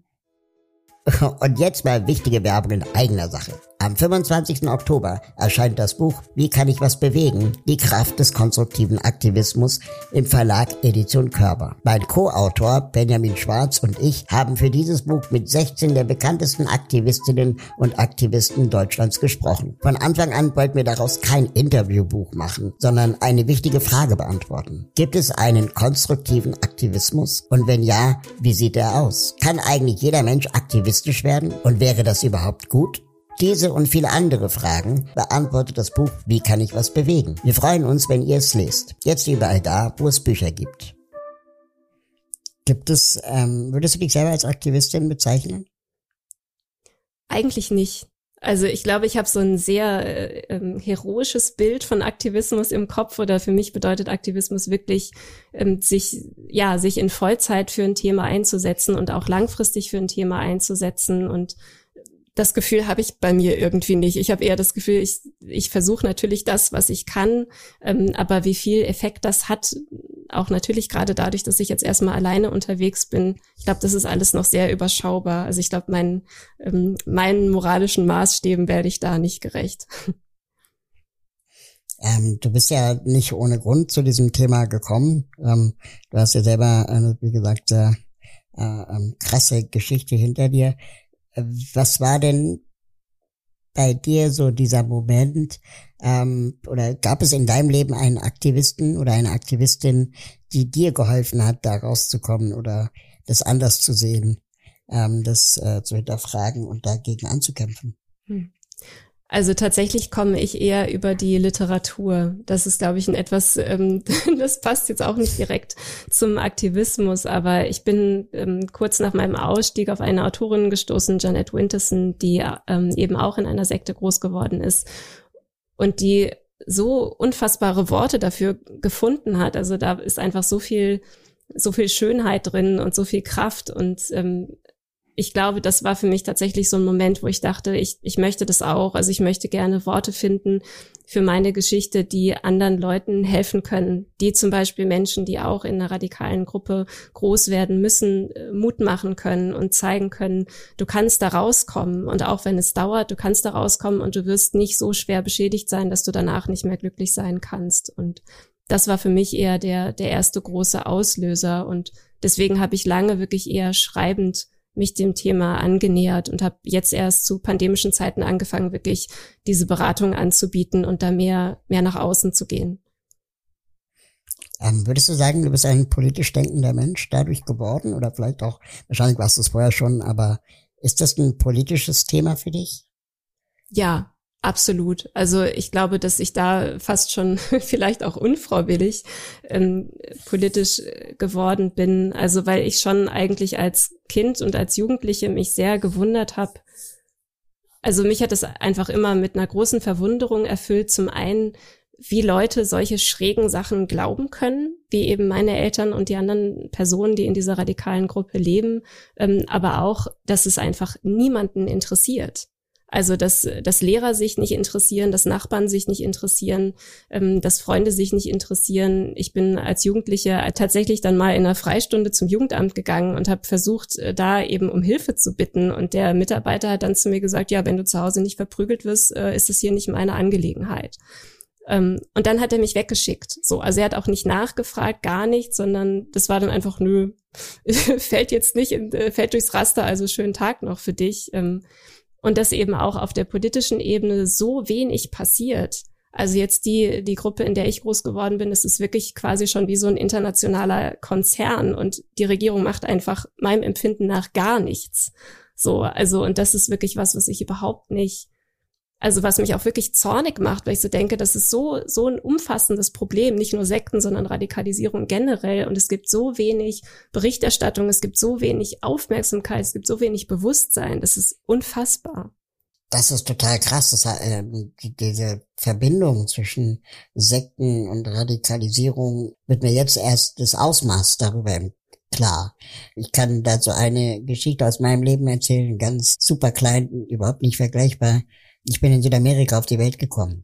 Und jetzt mal wichtige Werbung in eigener Sache. Am fünfundzwanzigsten Oktober erscheint das Buch Wie kann ich was bewegen? Die Kraft des konstruktiven Aktivismus im Verlag Edition Körber. Mein Co-Autor Benjamin Schwarz und ich haben für dieses Buch mit sechzehn der bekanntesten Aktivistinnen und Aktivisten Deutschlands gesprochen. Von Anfang an wollten wir daraus kein Interviewbuch machen, sondern eine wichtige Frage beantworten. Gibt es einen konstruktiven Aktivismus? Und wenn ja, wie sieht er aus? Kann eigentlich jeder Mensch aktivistisch werden? Und wäre das überhaupt gut? Diese und viele andere Fragen beantwortet das Buch Wie kann ich was bewegen? Wir freuen uns, wenn ihr es lest. Jetzt überall da, wo es Bücher gibt. Gibt es, ähm, würdest du dich selber als Aktivistin bezeichnen? Eigentlich nicht. Also ich glaube, ich habe so ein sehr ähm, heroisches Bild von Aktivismus im Kopf oder für mich bedeutet Aktivismus wirklich, ähm, sich ja sich in Vollzeit für ein Thema einzusetzen und auch langfristig für ein Thema einzusetzen und das Gefühl habe ich bei mir irgendwie nicht. Ich habe eher das Gefühl, ich ich versuche natürlich das, was ich kann, ähm, aber wie viel Effekt das hat, auch natürlich gerade dadurch, dass ich jetzt erstmal alleine unterwegs bin. Ich glaube, das ist alles noch sehr überschaubar. Also ich glaube, meinen ähm, meinen moralischen Maßstäben werde ich da nicht gerecht. Ähm, du bist ja nicht ohne Grund zu diesem Thema gekommen. Ähm, du hast ja selber, äh, wie gesagt, sehr äh, ähm, krasse Geschichte hinter dir. Was war denn bei dir so dieser Moment, ähm, oder gab es in deinem Leben einen Aktivisten oder eine Aktivistin, die dir geholfen hat, da rauszukommen oder das anders zu sehen, ähm, das äh, zu hinterfragen und dagegen anzukämpfen? Hm. Also tatsächlich komme ich eher über die Literatur. Das ist, glaube ich, ein etwas, ähm, das passt jetzt auch nicht direkt zum Aktivismus, aber ich bin ähm, kurz nach meinem Ausstieg auf eine Autorin gestoßen, Jeanette Winterson, die ähm, eben auch in einer Sekte groß geworden ist und die so unfassbare Worte dafür gefunden hat. Also da ist einfach so viel, so viel Schönheit drin und so viel Kraft und ähm, ich glaube, das war für mich tatsächlich so ein Moment, wo ich dachte, ich ich möchte das auch. Also ich möchte gerne Worte finden für meine Geschichte, die anderen Leuten helfen können, die zum Beispiel Menschen, die auch in einer radikalen Gruppe groß werden müssen, Mut machen können und zeigen können, du kannst da rauskommen. Und auch wenn es dauert, du kannst da rauskommen und du wirst nicht so schwer beschädigt sein, dass du danach nicht mehr glücklich sein kannst. Und das war für mich eher der der erste große Auslöser. Und deswegen habe ich lange wirklich eher schreibend mich dem Thema angenähert und habe jetzt erst zu pandemischen Zeiten angefangen, wirklich diese Beratung anzubieten und da mehr mehr nach außen zu gehen. Ähm, würdest du sagen, du bist ein politisch denkender Mensch dadurch geworden oder vielleicht auch, wahrscheinlich warst du es vorher schon, aber ist das ein politisches Thema für dich? Ja, Absolut. Also ich glaube, dass ich da fast schon vielleicht auch unfreiwillig ähm, politisch geworden bin. Also weil ich schon eigentlich als Kind und als Jugendliche mich sehr gewundert habe. Also mich hat es einfach immer mit einer großen Verwunderung erfüllt. Zum einen, wie Leute solche schrägen Sachen glauben können, wie eben meine Eltern und die anderen Personen, die in dieser radikalen Gruppe leben, ähm, aber auch, dass es einfach niemanden interessiert. Also, dass, dass Lehrer sich nicht interessieren, dass Nachbarn sich nicht interessieren, ähm, dass Freunde sich nicht interessieren. Ich bin als Jugendliche tatsächlich dann mal in einer Freistunde zum Jugendamt gegangen und habe versucht, da eben um Hilfe zu bitten. Und der Mitarbeiter hat dann zu mir gesagt, ja, wenn du zu Hause nicht verprügelt wirst, äh, ist es hier nicht meine Angelegenheit. Ähm, und dann hat er mich weggeschickt. So, also er hat auch nicht nachgefragt, gar nichts, sondern das war dann einfach, nö, fällt jetzt nicht, in, fällt durchs Raster, also schönen Tag noch für dich. Ähm, Und dass eben auch auf der politischen Ebene so wenig passiert. Also jetzt die die Gruppe, in der ich groß geworden bin, das ist wirklich quasi schon wie so ein internationaler Konzern und die Regierung macht einfach meinem Empfinden nach gar nichts. So, also und das ist wirklich was, was ich überhaupt nicht, also was mich auch wirklich zornig macht, weil ich so denke, das ist so so ein umfassendes Problem, nicht nur Sekten, sondern Radikalisierung generell. Und es gibt so wenig Berichterstattung, es gibt so wenig Aufmerksamkeit, es gibt so wenig Bewusstsein. Das ist unfassbar. Das ist total krass, das, äh, diese Verbindung zwischen Sekten und Radikalisierung wird mir jetzt erst das Ausmaß darüber klar. Ich kann dazu eine Geschichte aus meinem Leben erzählen, ganz super klein, überhaupt nicht vergleichbar. Ich bin in Südamerika auf die Welt gekommen.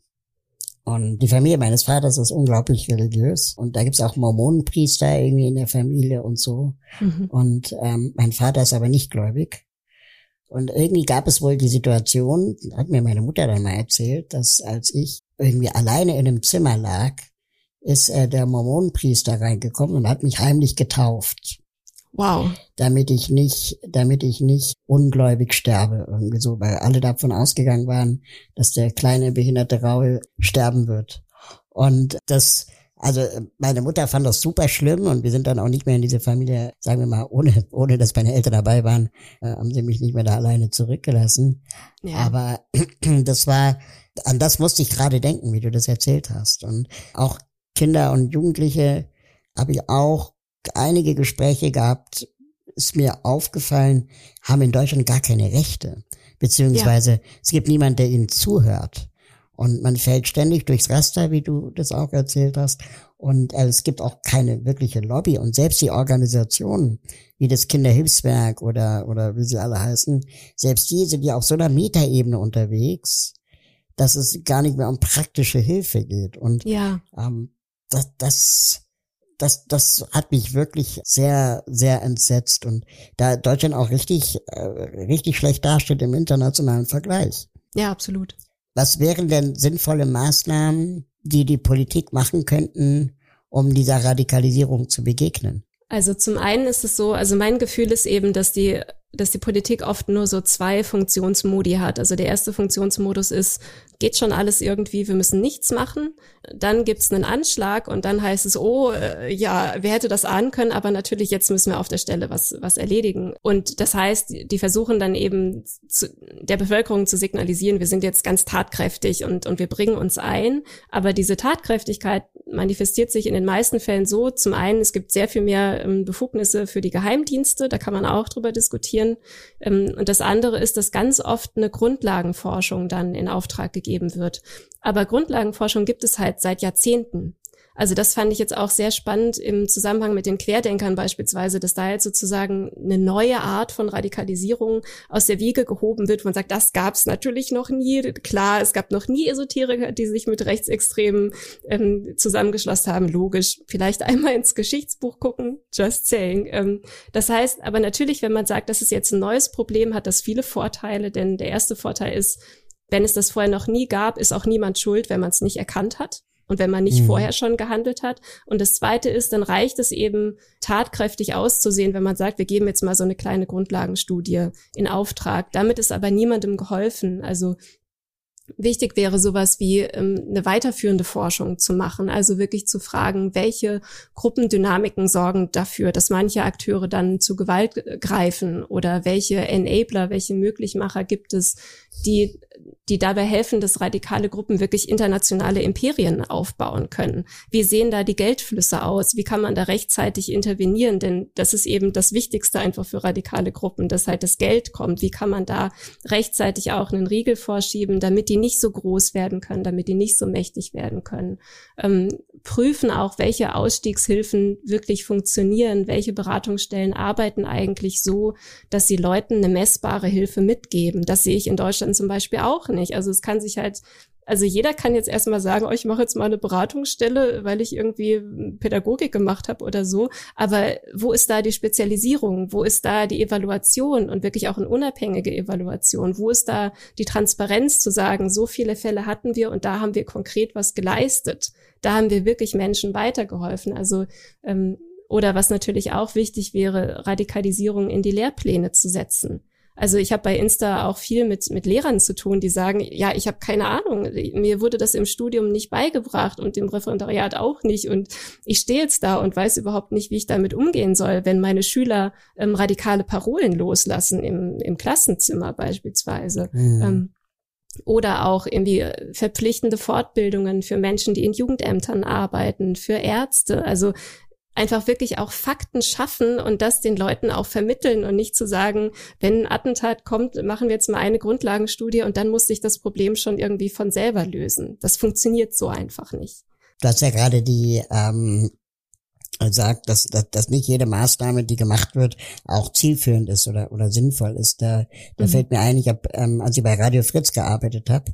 Und die Familie meines Vaters ist unglaublich religiös. Und da gibt's auch Mormonenpriester irgendwie in der Familie und so. Mhm. Und ähm, mein Vater ist aber nicht gläubig. Und irgendwie gab es wohl die Situation, hat mir meine Mutter dann mal erzählt, dass als ich irgendwie alleine in einem Zimmer lag, ist äh, der Mormonenpriester reingekommen und hat mich heimlich getauft. Wow. Damit ich nicht, damit ich nicht ungläubig sterbe, irgendwie so, weil alle davon ausgegangen waren, dass der kleine behinderte Raul sterben wird. Und das, also meine Mutter fand das super schlimm und wir sind dann auch nicht mehr in diese Familie, sagen wir mal, ohne, ohne dass meine Eltern dabei waren, äh, haben sie mich nicht mehr da alleine zurückgelassen. Ja. Aber das war, an das musste ich gerade denken, wie du das erzählt hast. Und auch Kinder und Jugendliche habe ich auch einige Gespräche gehabt, ist mir aufgefallen, haben in Deutschland gar keine Rechte. Beziehungsweise ja. Es gibt niemanden, der ihnen zuhört. Und man fällt ständig durchs Raster, wie du das auch erzählt hast. Und äh, es gibt auch keine wirkliche Lobby. Und selbst die Organisationen, wie das Kinderhilfswerk oder oder wie sie alle heißen, selbst die sind ja auf so einer Metaebene unterwegs, dass es gar nicht mehr um praktische Hilfe geht. Und ja. ähm, das, das Das, das hat mich wirklich sehr, sehr entsetzt und da Deutschland auch richtig, äh, richtig schlecht dasteht im internationalen Vergleich. Ja, absolut. Was wären denn sinnvolle Maßnahmen, die die Politik machen könnten, um dieser Radikalisierung zu begegnen? Also zum einen ist es so, also mein Gefühl ist eben, dass die dass die Politik oft nur so zwei Funktionsmodi hat. Also der erste Funktionsmodus ist, geht schon alles irgendwie, wir müssen nichts machen. Dann gibt's einen Anschlag und dann heißt es, oh, äh, ja, wer hätte das ahnen können, aber natürlich jetzt müssen wir auf der Stelle was was erledigen. Und das heißt, die versuchen dann eben zu, der Bevölkerung zu signalisieren, wir sind jetzt ganz tatkräftig und und wir bringen uns ein. Aber diese Tatkräftigkeit manifestiert sich in den meisten Fällen so, zum einen, es gibt sehr viel mehr ähm, Befugnisse für die Geheimdienste, da kann man auch drüber diskutieren. Und das andere ist, dass ganz oft eine Grundlagenforschung dann in Auftrag gegeben wird. Aber Grundlagenforschung gibt es halt seit Jahrzehnten. Also das fand ich jetzt auch sehr spannend im Zusammenhang mit den Querdenkern beispielsweise, dass da jetzt sozusagen eine neue Art von Radikalisierung aus der Wiege gehoben wird. Man sagt, das gab es natürlich noch nie. Klar, es gab noch nie Esoteriker, die sich mit Rechtsextremen ähm, zusammengeschlossen haben. Logisch. Vielleicht einmal ins Geschichtsbuch gucken. Just saying. Ähm, das heißt aber natürlich, wenn man sagt, das ist jetzt ein neues Problem, hat das viele Vorteile. Denn der erste Vorteil ist, wenn es das vorher noch nie gab, ist auch niemand schuld, wenn man es nicht erkannt hat. Und wenn man nicht mhm. vorher schon gehandelt hat. Und das Zweite ist, dann reicht es eben, tatkräftig auszusehen, wenn man sagt, wir geben jetzt mal so eine kleine Grundlagenstudie in Auftrag. Damit ist aber niemandem geholfen. Also wichtig wäre sowas wie ähm, eine weiterführende Forschung zu machen, also wirklich zu fragen, welche Gruppendynamiken sorgen dafür, dass manche Akteure dann zu Gewalt greifen oder welche Enabler, welche Möglichmacher gibt es, die die dabei helfen, dass radikale Gruppen wirklich internationale Imperien aufbauen können. Wie sehen da die Geldflüsse aus? Wie kann man da rechtzeitig intervenieren? Denn das ist eben das Wichtigste einfach für radikale Gruppen, dass halt das Geld kommt. Wie kann man da rechtzeitig auch einen Riegel vorschieben, damit die nicht so groß werden können, damit die nicht so mächtig werden können? Ähm, prüfen auch, welche Ausstiegshilfen wirklich funktionieren, welche Beratungsstellen arbeiten eigentlich so, dass sie Leuten eine messbare Hilfe mitgeben. Das sehe ich in Deutschland zum Beispiel auch nicht. Also es kann sich halt, also jeder kann jetzt erstmal sagen, oh, ich mache jetzt mal eine Beratungsstelle, weil ich irgendwie Pädagogik gemacht habe oder so. Aber wo ist da die Spezialisierung? Wo ist da die Evaluation und wirklich auch eine unabhängige Evaluation? Wo ist da die Transparenz zu sagen, so viele Fälle hatten wir und da haben wir konkret was geleistet? Da haben wir wirklich Menschen weitergeholfen. Also ähm, oder was natürlich auch wichtig wäre, Radikalisierung in die Lehrpläne zu setzen. Also ich habe bei Insta auch viel mit mit Lehrern zu tun, die sagen, ja, ich habe keine Ahnung, mir wurde das im Studium nicht beigebracht und im Referendariat auch nicht und ich stehe jetzt da und weiß überhaupt nicht, wie ich damit umgehen soll, wenn meine Schüler ähm, radikale Parolen loslassen im im Klassenzimmer beispielsweise. Mhm. Ähm, oder auch irgendwie verpflichtende Fortbildungen für Menschen, die in Jugendämtern arbeiten, für Ärzte, also einfach wirklich auch Fakten schaffen und das den Leuten auch vermitteln und nicht zu sagen, wenn ein Attentat kommt, machen wir jetzt mal eine Grundlagenstudie und dann muss sich das Problem schon irgendwie von selber lösen. Das funktioniert so einfach nicht. Du hast ja gerade die ähm, gesagt, dass, dass, dass nicht jede Maßnahme, die gemacht wird, auch zielführend ist oder oder sinnvoll ist. Da, da mhm. fällt mir ein, ich habe, ähm, als ich bei Radio Fritz gearbeitet habe,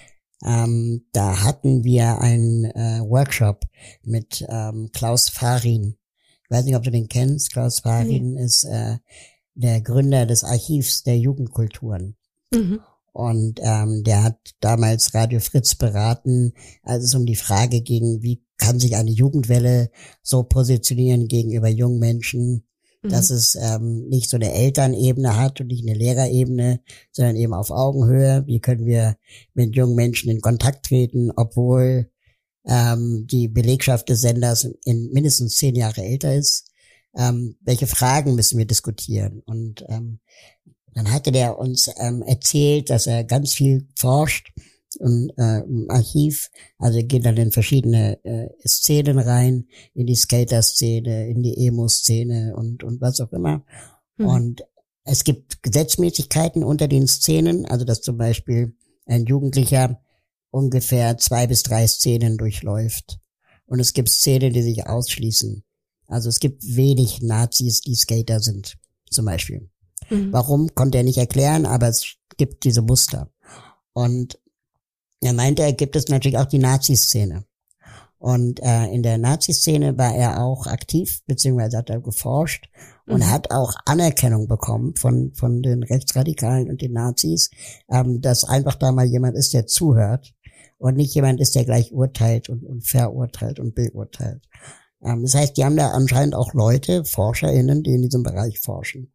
Ähm, da hatten wir einen äh, Workshop mit ähm, Klaus Farin. Ich weiß nicht, ob du den kennst. Klaus Farin mhm. ist äh, der Gründer des Archivs der Jugendkulturen. Mhm. Und ähm, der hat damals Radio Fritz beraten, als es um die Frage ging, wie kann sich eine Jugendwelle so positionieren gegenüber jungen Menschen, dass es ähm, nicht so eine Elternebene hat und nicht eine Lehrerebene, sondern eben auf Augenhöhe. Wie können wir mit jungen Menschen in Kontakt treten, obwohl ähm, die Belegschaft des Senders in mindestens zehn Jahre älter ist? Ähm, welche Fragen müssen wir diskutieren? Und ähm, dann hatte der uns ähm, erzählt, dass er ganz viel forscht und äh, im Archiv, also geht dann in verschiedene äh, Szenen rein, in die Skater-Szene, in die Emo-Szene und und was auch immer. Mhm. Und es gibt Gesetzmäßigkeiten unter den Szenen, also dass zum Beispiel ein Jugendlicher ungefähr zwei bis drei Szenen durchläuft. Und es gibt Szenen, die sich ausschließen. Also es gibt wenig Nazis, die Skater sind, zum Beispiel. Mhm. Warum, konnte er nicht erklären, aber es gibt diese Muster. Und er meinte, er gibt es natürlich auch die Nazi-Szene. Und äh, in der Nazi-Szene war er auch aktiv, beziehungsweise hat er geforscht und mhm. hat auch Anerkennung bekommen von von den Rechtsradikalen und den Nazis, ähm, dass einfach da mal jemand ist, der zuhört und nicht jemand ist, der gleich urteilt und, und verurteilt und beurteilt. Ähm, das heißt, die haben da anscheinend auch Leute, ForscherInnen, die in diesem Bereich forschen.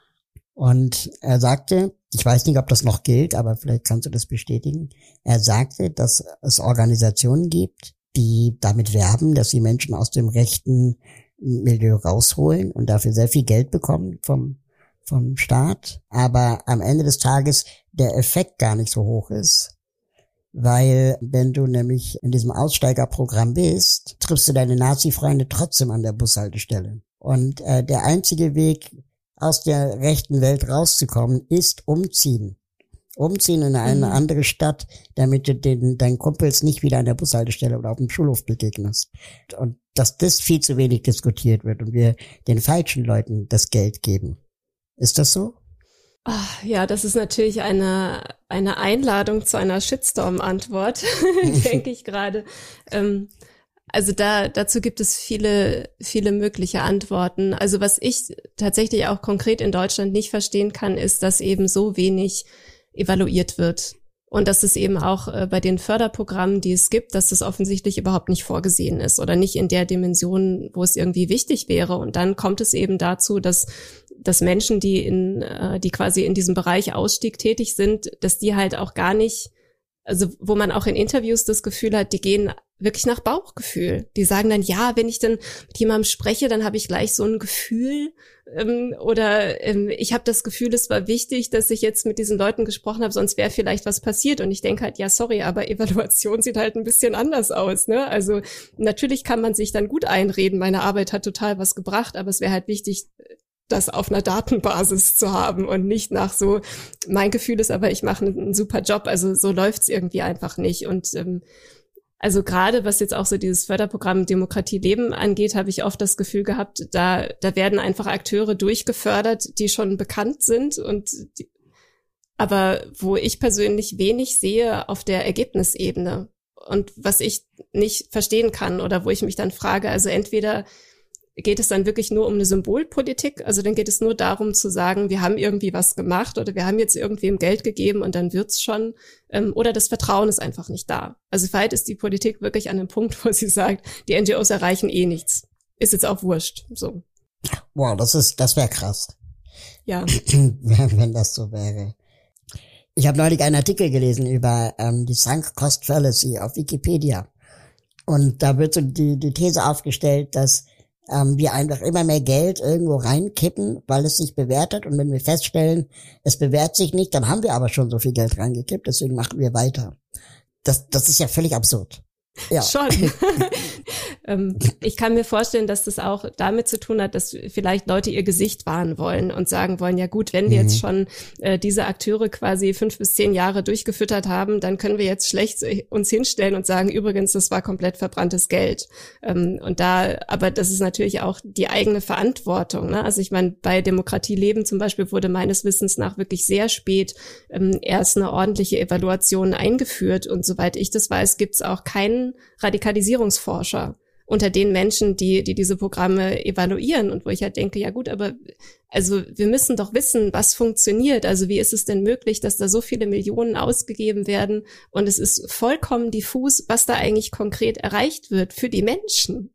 Und er sagte, ich weiß nicht, ob das noch gilt, aber vielleicht kannst du das bestätigen. Er sagte, dass es Organisationen gibt, die damit werben, dass sie Menschen aus dem rechten Milieu rausholen und dafür sehr viel Geld bekommen vom, vom Staat. Aber am Ende des Tages der Effekt gar nicht so hoch ist. Weil wenn du nämlich in diesem Aussteigerprogramm bist, triffst du deine Nazi-Freunde trotzdem an der Bushaltestelle. Und äh, der einzige Weg, aus der rechten Welt rauszukommen, ist umziehen. Umziehen in eine mhm. andere Stadt, damit du den, deinen Kumpels nicht wieder an der Bushaltestelle oder auf dem Schulhof begegnest. Und dass das viel zu wenig diskutiert wird und wir den falschen Leuten das Geld geben. Ist das so? Ach, ja, das ist natürlich eine eine Einladung zu einer Shitstorm-Antwort, denke ich gerade. Ähm, Also da, dazu gibt es viele, viele mögliche Antworten. Also was ich tatsächlich auch konkret in Deutschland nicht verstehen kann, ist, dass eben so wenig evaluiert wird. Und dass es eben auch äh, bei den Förderprogrammen, die es gibt, dass das offensichtlich überhaupt nicht vorgesehen ist oder nicht in der Dimension, wo es irgendwie wichtig wäre. Und dann kommt es eben dazu, dass, dass Menschen, die in, äh, die quasi in diesem Bereich Ausstieg tätig sind, dass die halt auch gar nicht, also wo man auch in Interviews das Gefühl hat, die gehen wirklich nach Bauchgefühl. Die sagen dann, ja, wenn ich dann mit jemandem spreche, dann habe ich gleich so ein Gefühl ähm, oder ähm, ich habe das Gefühl, es war wichtig, dass ich jetzt mit diesen Leuten gesprochen habe, sonst wäre vielleicht was passiert. Und ich denke halt, ja, sorry, aber Evaluation sieht halt ein bisschen anders aus, ne? Also natürlich kann man sich dann gut einreden, meine Arbeit hat total was gebracht, aber es wäre halt wichtig, das auf einer Datenbasis zu haben und nicht nach so, mein Gefühl ist aber, ich mache einen, einen super Job. Also so läuft's irgendwie einfach nicht. Und ähm, also gerade was jetzt auch so dieses Förderprogramm Demokratie leben angeht, habe ich oft das Gefühl gehabt, da da werden einfach Akteure durchgefördert, die schon bekannt sind und die, aber wo ich persönlich wenig sehe auf der Ergebnisebene und was ich nicht verstehen kann oder wo ich mich dann frage, also entweder geht es dann wirklich nur um eine Symbolpolitik? Also dann geht es nur darum zu sagen, wir haben irgendwie was gemacht oder wir haben jetzt irgendwem Geld gegeben und dann wird's schon. Ähm, oder das Vertrauen ist einfach nicht da. Also vielleicht ist die Politik wirklich an einem Punkt, wo sie sagt, die N G Os erreichen eh nichts. Ist jetzt auch wurscht. So. Wow, das ist, das wäre krass. Ja. Wenn das so wäre. Ich habe neulich einen Artikel gelesen über ähm, die Sunk Cost Fallacy auf Wikipedia. Und da wird so die, die These aufgestellt, dass ähm, wir einfach immer mehr Geld irgendwo reinkippen, weil es sich bewertet. Und wenn wir feststellen, es bewährt sich nicht, dann haben wir aber schon so viel Geld reingekippt, deswegen machen wir weiter. Das, das ist ja völlig absurd. Ja. Schon. ähm, ich kann mir vorstellen, dass das auch damit zu tun hat, dass vielleicht Leute ihr Gesicht wahren wollen und sagen wollen, ja gut, wenn wir mhm. jetzt schon äh, diese Akteure quasi fünf bis zehn Jahre durchgefüttert haben, dann können wir jetzt schlecht uns hinstellen und sagen, übrigens, das war komplett verbranntes Geld. Ähm, und da, aber das ist natürlich auch die eigene Verantwortung, ne? Also ich meine, bei Demokratie leben zum Beispiel wurde meines Wissens nach wirklich sehr spät ähm, erst eine ordentliche Evaluation eingeführt und soweit ich das weiß, gibt es auch keinen Radikalisierungsforscher unter den Menschen, die die diese Programme evaluieren und wo ich halt denke, ja gut, aber also wir müssen doch wissen, was funktioniert. Also wie ist es denn möglich, dass da so viele Millionen ausgegeben werden und es ist vollkommen diffus, was da eigentlich konkret erreicht wird für die Menschen.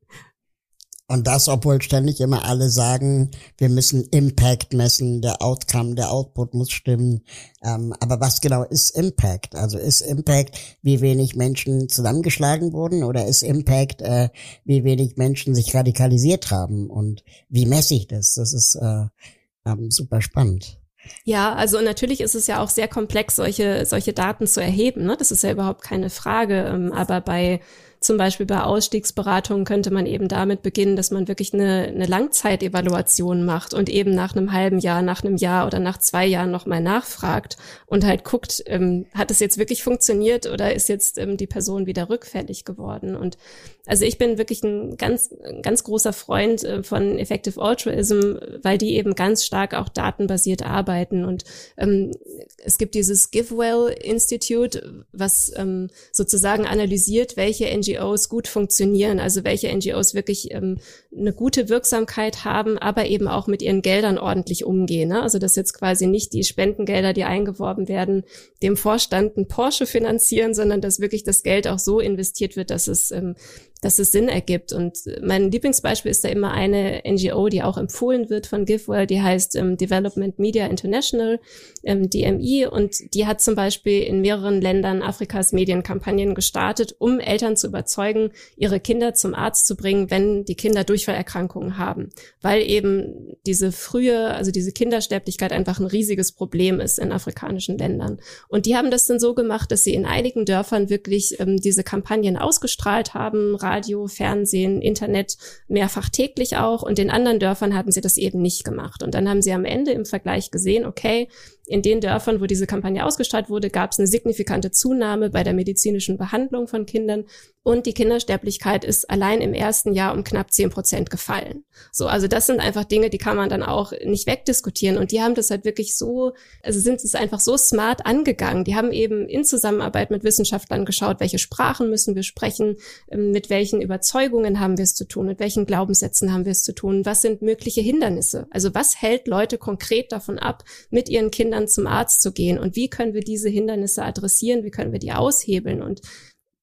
Und das, obwohl ständig immer alle sagen, wir müssen Impact messen, der Outcome, der Output muss stimmen. Ähm, aber was genau ist Impact? Also ist Impact, wie wenig Menschen zusammengeschlagen wurden, oder ist Impact, äh, wie wenig Menschen sich radikalisiert haben? Und wie messe ich das? Das ist äh, ähm, super spannend. Ja, also natürlich ist es ja auch sehr komplex, solche solche Daten zu erheben, ne? Das ist ja überhaupt keine Frage. Ähm, aber bei zum Beispiel bei Ausstiegsberatungen könnte man eben damit beginnen, dass man wirklich eine, eine Langzeitevaluation macht und eben nach einem halben Jahr, nach einem Jahr oder nach zwei Jahren nochmal nachfragt und halt guckt, ähm, hat es jetzt wirklich funktioniert oder ist jetzt ähm, die Person wieder rückfällig geworden? Und also ich bin wirklich ein ganz, ganz großer Freund äh, von Effective Altruism, weil die eben ganz stark auch datenbasiert arbeiten. Und ähm, es gibt dieses GiveWell Institute, was ähm, sozusagen analysiert, welche N G Os gut funktionieren, also welche N G Os wirklich ähm, eine gute Wirksamkeit haben, aber eben auch mit ihren Geldern ordentlich umgehen. Ne? Also dass jetzt quasi nicht die Spendengelder, die eingeworben werden, dem Vorstand einen Porsche finanzieren, sondern dass wirklich das Geld auch so investiert wird, dass es ähm, dass es Sinn ergibt. Und mein Lieblingsbeispiel ist da immer eine N G O, die auch empfohlen wird von GiveWell, die heißt ähm, Development Media International, ähm, D M I, und die hat zum Beispiel in mehreren Ländern Afrikas Medienkampagnen gestartet, um Eltern zu überzeugen, ihre Kinder zum Arzt zu bringen, wenn die Kinder Durchfallerkrankungen haben, weil eben diese frühe, also diese Kindersterblichkeit einfach ein riesiges Problem ist in afrikanischen Ländern. Und die haben das dann so gemacht, dass sie in einigen Dörfern wirklich ähm, diese Kampagnen ausgestrahlt haben, Radio, Fernsehen, Internet, mehrfach täglich auch. Und in anderen Dörfern haben sie das eben nicht gemacht. Und dann haben sie am Ende im Vergleich gesehen, okay, in den Dörfern, wo diese Kampagne ausgestrahlt wurde, gab es eine signifikante Zunahme bei der medizinischen Behandlung von Kindern. Und die Kindersterblichkeit ist allein im ersten Jahr um knapp zehn Prozent gefallen. So, also das sind einfach Dinge, die kann man dann auch nicht wegdiskutieren. Und die haben das halt wirklich so, also sind es einfach so smart angegangen. Die haben eben in Zusammenarbeit mit Wissenschaftlern geschaut, welche Sprachen müssen wir sprechen, mit welchen Überzeugungen haben wir es zu tun, mit welchen Glaubenssätzen haben wir es zu tun, was sind mögliche Hindernisse? Also was hält Leute konkret davon ab, mit ihren Kindern zum Arzt zu gehen? Und wie können wir diese Hindernisse adressieren? Wie können wir die aushebeln? Und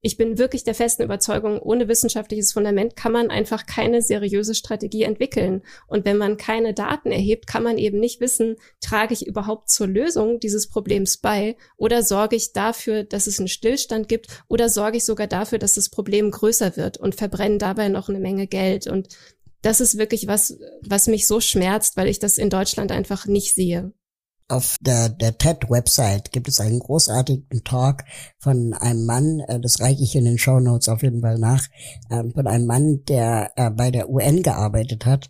ich bin wirklich der festen Überzeugung, ohne wissenschaftliches Fundament kann man einfach keine seriöse Strategie entwickeln. Und wenn man keine Daten erhebt, kann man eben nicht wissen, trage ich überhaupt zur Lösung dieses Problems bei oder sorge ich dafür, dass es einen Stillstand gibt oder sorge ich sogar dafür, dass das Problem größer wird und verbrenne dabei noch eine Menge Geld. Und das ist wirklich was, was mich so schmerzt, weil ich das in Deutschland einfach nicht sehe. Auf der, der T E D-Website gibt es einen großartigen Talk von einem Mann, äh, das reiche ich in den Shownotes auf jeden Fall nach, äh, von einem Mann, der äh, bei der U N gearbeitet hat.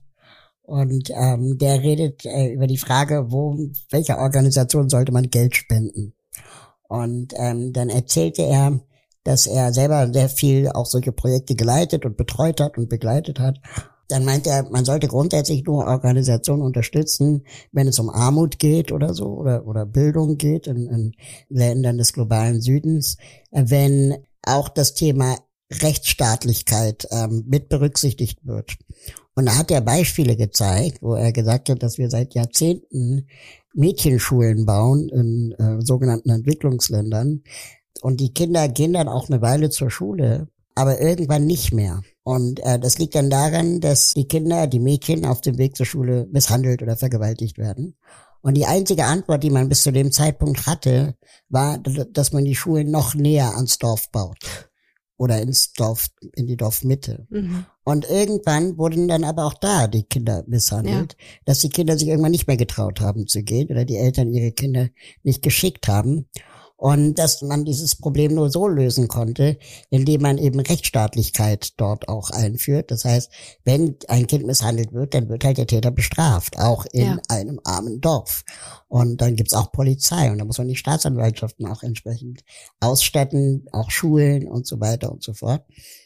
Und ähm, der redet äh, über die Frage, wo, welcher Organisation sollte man Geld spenden. Und ähm, dann erzählte er, dass er selber sehr viel auch solche Projekte geleitet und betreut hat und begleitet hat. Dann meint er, man sollte grundsätzlich nur Organisationen unterstützen, wenn es um Armut geht oder so, oder oder Bildung geht in, in Ländern des globalen Südens, wenn auch das Thema Rechtsstaatlichkeit ähm, mit berücksichtigt wird. Und da hat er Beispiele gezeigt, wo er gesagt hat, dass wir seit Jahrzehnten Mädchenschulen bauen in äh, sogenannten Entwicklungsländern. Und die Kinder gehen dann auch eine Weile zur Schule, aber irgendwann nicht mehr. Und äh, das liegt dann daran, dass die Kinder, die Mädchen auf dem Weg zur Schule misshandelt oder vergewaltigt werden. Und die einzige Antwort, die man bis zu dem Zeitpunkt hatte, war, dass man die Schulen noch näher ans Dorf baut. Oder ins Dorf, in die Dorfmitte. Mhm. Und irgendwann wurden dann aber auch da die Kinder misshandelt, ja. Dass die Kinder sich irgendwann nicht mehr getraut haben zu gehen oder die Eltern ihre Kinder nicht geschickt haben. Und dass man dieses Problem nur so lösen konnte, indem man eben Rechtsstaatlichkeit dort auch einführt. Das heißt, wenn ein Kind misshandelt wird, dann wird halt der Täter bestraft, auch in ja. einem armen Dorf. Und dann gibt's auch Polizei und da muss man die Staatsanwaltschaften auch entsprechend ausstatten, auch Schulen und so weiter und so fort.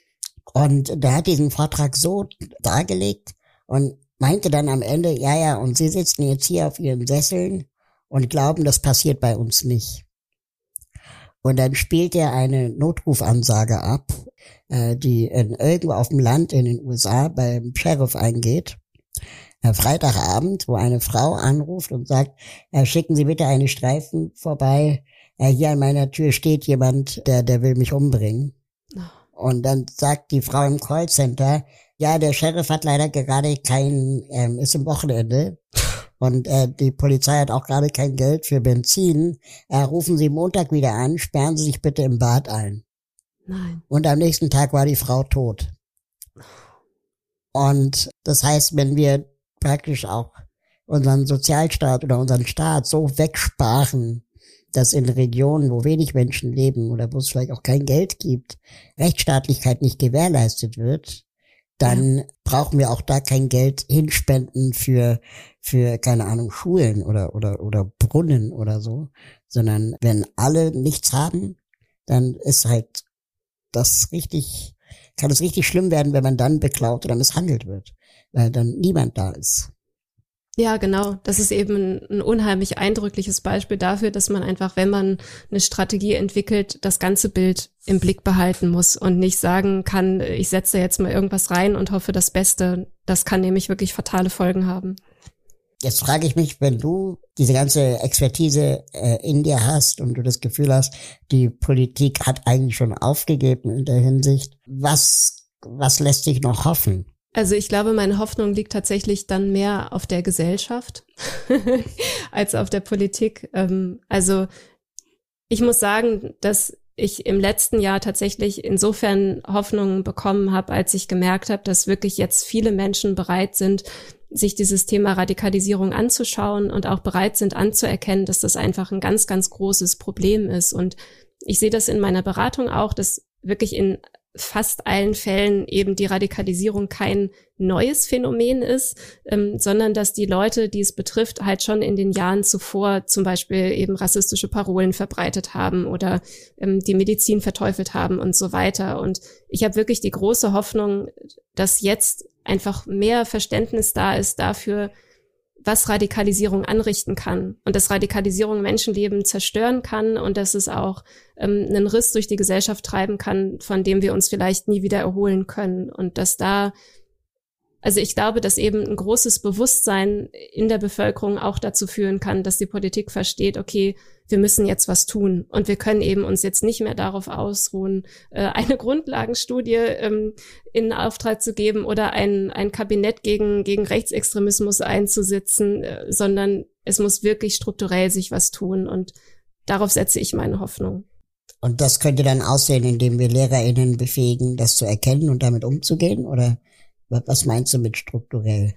Und der hat diesen Vortrag so dargelegt und meinte dann am Ende, ja, ja, und Sie sitzen jetzt hier auf Ihren Sesseln und glauben, das passiert bei uns nicht. Und dann spielt er eine Notrufansage ab, äh, die in, irgendwo auf dem Land in den U S A beim Sheriff eingeht. Äh, Freitagabend, wo eine Frau anruft und sagt, äh, schicken Sie bitte eine Streifen vorbei. Äh, hier an meiner Tür steht jemand, der, der will mich umbringen. Und dann sagt die Frau im Callcenter, ja, der Sheriff hat leider gerade kein, ähm, ist im Wochenende. Und äh, die Polizei hat auch gerade kein Geld für Benzin. Äh, rufen Sie Montag wieder an, sperren Sie sich bitte im Bad ein. Nein. Und am nächsten Tag war die Frau tot. Und das heißt, wenn wir praktisch auch unseren Sozialstaat oder unseren Staat so wegsparen, dass in Regionen, wo wenig Menschen leben oder wo es vielleicht auch kein Geld gibt, Rechtsstaatlichkeit nicht gewährleistet wird, dann ja. brauchen wir auch da kein Geld hinspenden für, für, keine Ahnung, Schulen oder, oder, oder Brunnen oder so, sondern wenn alle nichts haben, dann ist halt das richtig, kann es richtig schlimm werden, wenn man dann beklaut oder misshandelt wird, weil dann niemand da ist. Ja, genau. Das ist eben ein unheimlich eindrückliches Beispiel dafür, dass man einfach, wenn man eine Strategie entwickelt, das ganze Bild im Blick behalten muss und nicht sagen kann, ich setze jetzt mal irgendwas rein und hoffe das Beste. Das kann nämlich wirklich fatale Folgen haben. Jetzt frage ich mich, wenn du diese ganze Expertise äh, in dir hast und du das Gefühl hast, die Politik hat eigentlich schon aufgegeben in der Hinsicht, was, was lässt sich noch hoffen? Also ich glaube, meine Hoffnung liegt tatsächlich dann mehr auf der Gesellschaft als auf der Politik. Also ich muss sagen, dass ich im letzten Jahr tatsächlich insofern Hoffnung bekommen habe, als ich gemerkt habe, dass wirklich jetzt viele Menschen bereit sind, sich dieses Thema Radikalisierung anzuschauen und auch bereit sind anzuerkennen, dass das einfach ein ganz, ganz großes Problem ist. Und ich sehe das in meiner Beratung auch, dass wirklich in fast allen Fällen eben die Radikalisierung kein neues Phänomen ist, ähm, sondern dass die Leute, die es betrifft, halt schon in den Jahren zuvor zum Beispiel eben rassistische Parolen verbreitet haben oder ähm, die Medizin verteufelt haben und so weiter. Und ich habe wirklich die große Hoffnung, dass jetzt einfach mehr Verständnis da ist dafür, was Radikalisierung anrichten kann und dass Radikalisierung Menschenleben zerstören kann und dass es auch ähm, einen Riss durch die Gesellschaft treiben kann, von dem wir uns vielleicht nie wieder erholen können. Und dass da, also ich glaube, dass eben ein großes Bewusstsein in der Bevölkerung auch dazu führen kann, dass die Politik versteht, okay, wir müssen jetzt was tun. Und wir können eben uns jetzt nicht mehr darauf ausruhen, eine Grundlagenstudie in Auftrag zu geben oder ein, ein Kabinett gegen, gegen Rechtsextremismus einzusetzen, sondern es muss wirklich strukturell sich was tun. Und darauf setze ich meine Hoffnung. Und das könnte dann aussehen, indem wir LehrerInnen befähigen, das zu erkennen und damit umzugehen? Oder was meinst du mit strukturell?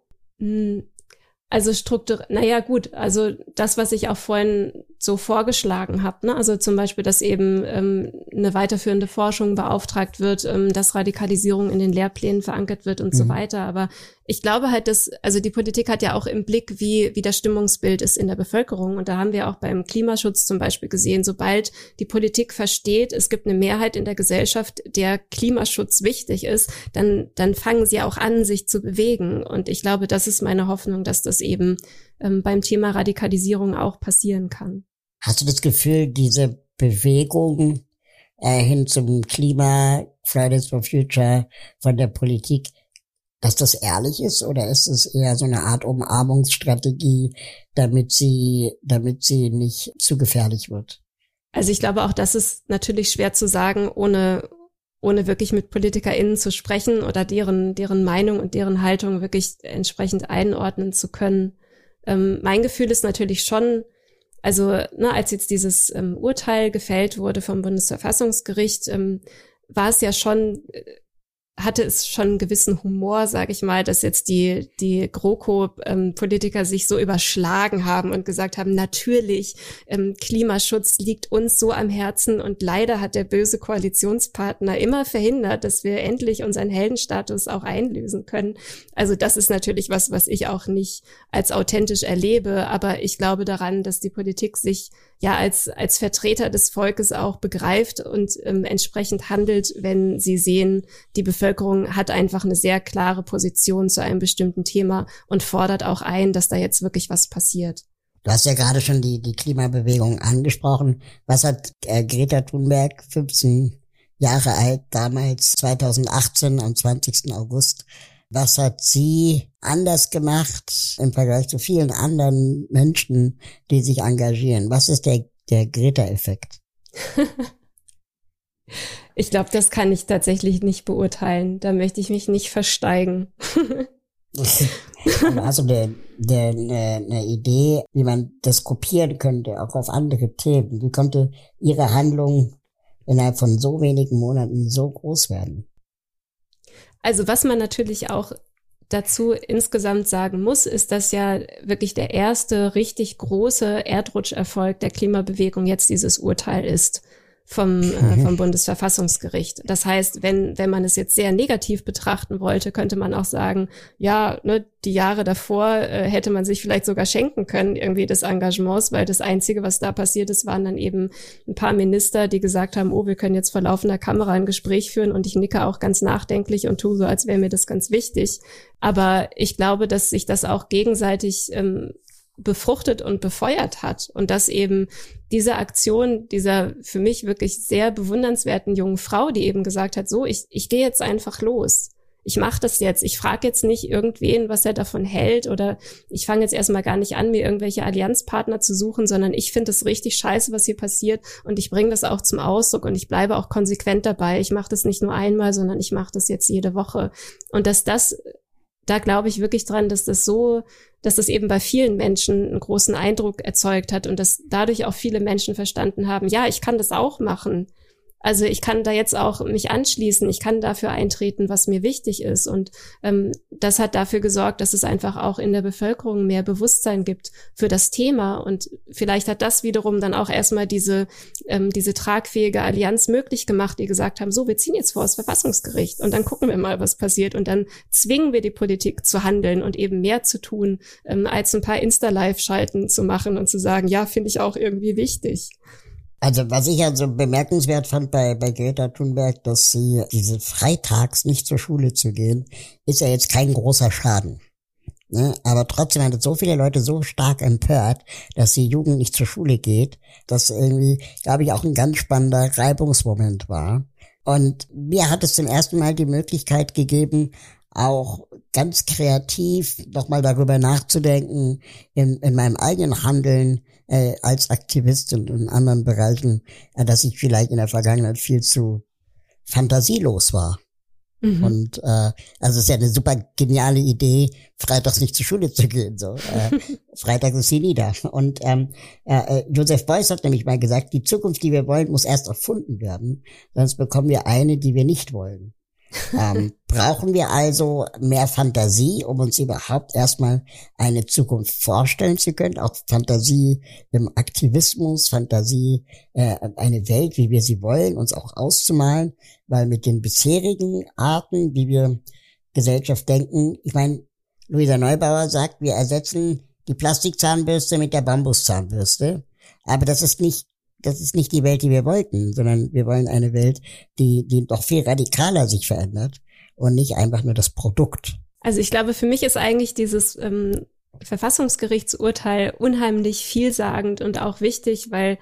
Also strukturell, naja gut, also das, was ich auch vorhin so vorgeschlagen habe, ne? Also zum Beispiel, dass eben ähm, eine weiterführende Forschung beauftragt wird, ähm, dass Radikalisierung in den Lehrplänen verankert wird und mhm. so weiter. Aber ich glaube halt, dass, also die Politik hat ja auch im Blick, wie, wie das Stimmungsbild ist in der Bevölkerung. Und da haben wir auch beim Klimaschutz zum Beispiel gesehen, sobald die Politik versteht, es gibt eine Mehrheit in der Gesellschaft, der Klimaschutz wichtig ist, dann, dann fangen sie auch an, sich zu bewegen. Und ich glaube, das ist meine Hoffnung, dass das eben ähm, beim Thema Radikalisierung auch passieren kann. Hast du das Gefühl, diese Bewegung äh, hin zum Klima, Fridays for Future von der Politik, dass das ehrlich ist, oder ist es eher so eine Art Umarmungsstrategie, damit sie, damit sie nicht zu gefährlich wird? Also ich glaube auch, das ist natürlich schwer zu sagen, ohne ohne wirklich mit PolitikerInnen zu sprechen oder deren deren Meinung und deren Haltung wirklich entsprechend einordnen zu können. Ähm, mein Gefühl ist natürlich schon, also ne, als jetzt dieses ähm, Urteil gefällt wurde vom Bundesverfassungsgericht, ähm, war es ja schon, äh, hatte es schon einen gewissen Humor, sage ich mal, dass jetzt die die GroKo-Politiker ähm, sich so überschlagen haben und gesagt haben, natürlich, ähm, Klimaschutz liegt uns so am Herzen und leider hat der böse Koalitionspartner immer verhindert, dass wir endlich unseren Heldenstatus auch einlösen können. Also das ist natürlich was, was ich auch nicht als authentisch erlebe, aber ich glaube daran, dass die Politik sich ja als als Vertreter des Volkes auch begreift und ähm, entsprechend handelt, wenn sie sehen, die Bevölkerung hat einfach eine sehr klare Position zu einem bestimmten Thema und fordert auch ein, dass da jetzt wirklich was passiert. Du hast ja gerade schon die die Klimabewegung angesprochen. Was hat äh, Greta Thunberg, fünfzehn Jahre alt, damals zweitausendachtzehn am zwanzigsten August, was hat sie anders gemacht im Vergleich zu vielen anderen Menschen, die sich engagieren? Was ist der, der Greta-Effekt? Ich glaube, das kann ich tatsächlich nicht beurteilen. Da möchte ich mich nicht versteigen. Also eine, eine, eine Idee, wie man das kopieren könnte, auch auf andere Themen. Wie konnte ihre Handlung innerhalb von so wenigen Monaten so groß werden? Also was man natürlich auch dazu insgesamt sagen muss, ist, dass ja wirklich der erste richtig große Erdrutscherfolg der Klimabewegung jetzt dieses Urteil ist vom, äh, vom Bundesverfassungsgericht. Das heißt, wenn wenn man es jetzt sehr negativ betrachten wollte, könnte man auch sagen, ja, ne, die Jahre davor äh, hätte man sich vielleicht sogar schenken können, irgendwie des Engagements, weil das Einzige, was da passiert ist, waren dann eben ein paar Minister, die gesagt haben, oh, wir können jetzt vor laufender Kamera ein Gespräch führen und ich nicke auch ganz nachdenklich und tue so, als wäre mir das ganz wichtig. Aber ich glaube, dass sich das auch gegenseitig ähm, befruchtet und befeuert hat und dass eben diese Aktion dieser für mich wirklich sehr bewundernswerten jungen Frau, die eben gesagt hat, so, ich ich gehe jetzt einfach los. Ich mache das jetzt. Ich frage jetzt nicht irgendwen, was er davon hält oder ich fange jetzt erstmal gar nicht an, mir irgendwelche Allianzpartner zu suchen, sondern ich finde es richtig scheiße, was hier passiert und ich bringe das auch zum Ausdruck und ich bleibe auch konsequent dabei. Ich mache das nicht nur einmal, sondern ich mache das jetzt jede Woche. Und dass das, da glaube ich wirklich dran, dass das so, dass das eben bei vielen Menschen einen großen Eindruck erzeugt hat und dass dadurch auch viele Menschen verstanden haben, ja, ich kann das auch machen. Also ich kann da jetzt auch mich anschließen, ich kann dafür eintreten, was mir wichtig ist. Und ähm, das hat dafür gesorgt, dass es einfach auch in der Bevölkerung mehr Bewusstsein gibt für das Thema. Und vielleicht hat das wiederum dann auch erstmal diese ähm, diese tragfähige Allianz möglich gemacht, die gesagt haben, so, wir ziehen jetzt vor das Verfassungsgericht und dann gucken wir mal, was passiert. Und dann zwingen wir die Politik zu handeln und eben mehr zu tun, ähm, als ein paar Insta-Live-Schalten zu machen und zu sagen, ja, finde ich auch irgendwie wichtig. Also was ich also bemerkenswert fand bei, bei Greta Thunberg, dass sie diese freitags nicht zur Schule zu gehen, ist ja jetzt kein großer Schaden. Ne? Aber trotzdem hat es so viele Leute so stark empört, dass die Jugend nicht zur Schule geht, dass irgendwie, glaube ich, auch ein ganz spannender Reibungsmoment war. Und mir hat es zum ersten Mal die Möglichkeit gegeben, auch ganz kreativ nochmal darüber nachzudenken, in, in meinem eigenen Handeln äh, als Aktivist und in anderen Bereichen, äh, dass ich vielleicht in der Vergangenheit viel zu fantasielos war. Mhm. Und äh, also es ist ja eine super geniale Idee, freitags nicht zur Schule zu gehen. So, äh, Freitag ist sie nieder. Und ähm, äh, Joseph Beuys hat nämlich mal gesagt, die Zukunft, die wir wollen, muss erst erfunden werden, sonst bekommen wir eine, die wir nicht wollen. ähm, brauchen wir also mehr Fantasie, um uns überhaupt erstmal eine Zukunft vorstellen zu können, auch Fantasie im Aktivismus, Fantasie, äh, eine Welt, wie wir sie wollen, uns auch auszumalen, weil mit den bisherigen Arten, wie wir Gesellschaft denken, ich meine, Luisa Neubauer sagt, wir ersetzen die Plastikzahnbürste mit der Bambuszahnbürste, aber das ist nicht Das ist nicht die Welt, die wir wollten, sondern wir wollen eine Welt, die, die doch viel radikaler sich verändert und nicht einfach nur das Produkt. Also ich glaube, für mich ist eigentlich dieses ähm, Verfassungsgerichtsurteil unheimlich vielsagend und auch wichtig, weil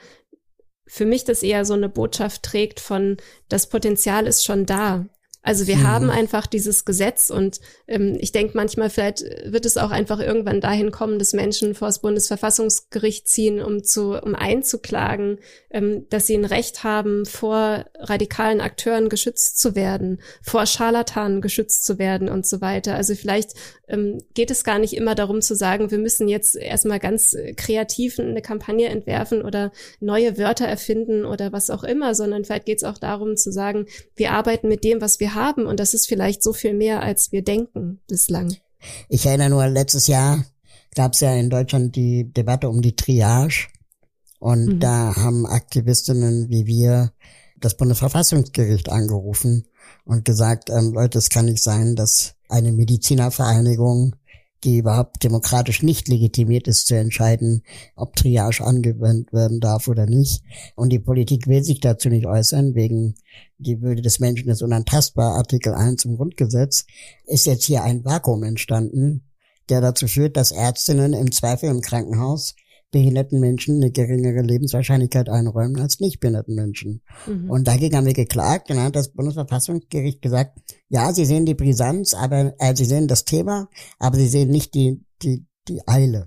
für mich das eher so eine Botschaft trägt von, das Potenzial ist schon da. Also wir mhm. haben einfach dieses Gesetz und ähm, ich denke manchmal, vielleicht wird es auch einfach irgendwann dahin kommen, dass Menschen vor das Bundesverfassungsgericht ziehen, um zu um einzuklagen, ähm, dass sie ein Recht haben, vor radikalen Akteuren geschützt zu werden, vor Scharlatanen geschützt zu werden und so weiter. Also vielleicht ähm, geht es gar nicht immer darum zu sagen, wir müssen jetzt erstmal ganz kreativ eine Kampagne entwerfen oder neue Wörter erfinden oder was auch immer, sondern vielleicht geht es auch darum zu sagen, wir arbeiten mit dem, was wir haben und das ist vielleicht so viel mehr, als wir denken bislang. Ich erinnere nur, letztes Jahr gab es ja in Deutschland die Debatte um die Triage und mhm. da haben Aktivistinnen wie wir das Bundesverfassungsgericht angerufen und gesagt, ähm, Leute, es kann nicht sein, dass eine Medizinervereinigung, die überhaupt demokratisch nicht legitimiert ist, zu entscheiden, ob Triage angewendet werden darf oder nicht. Und die Politik will sich dazu nicht äußern, wegen die Würde des Menschen ist unantastbar, Artikel eins im Grundgesetz, ist jetzt hier ein Vakuum entstanden, der dazu führt, dass Ärztinnen im Zweifel im Krankenhaus behinderten Menschen eine geringere Lebenswahrscheinlichkeit einräumen als nicht behinderten Menschen. Mhm. Und dagegen haben wir geklagt, dann hat das Bundesverfassungsgericht gesagt, ja, sie sehen die Brisanz, aber äh, sie sehen das Thema, aber sie sehen nicht die die die Eile.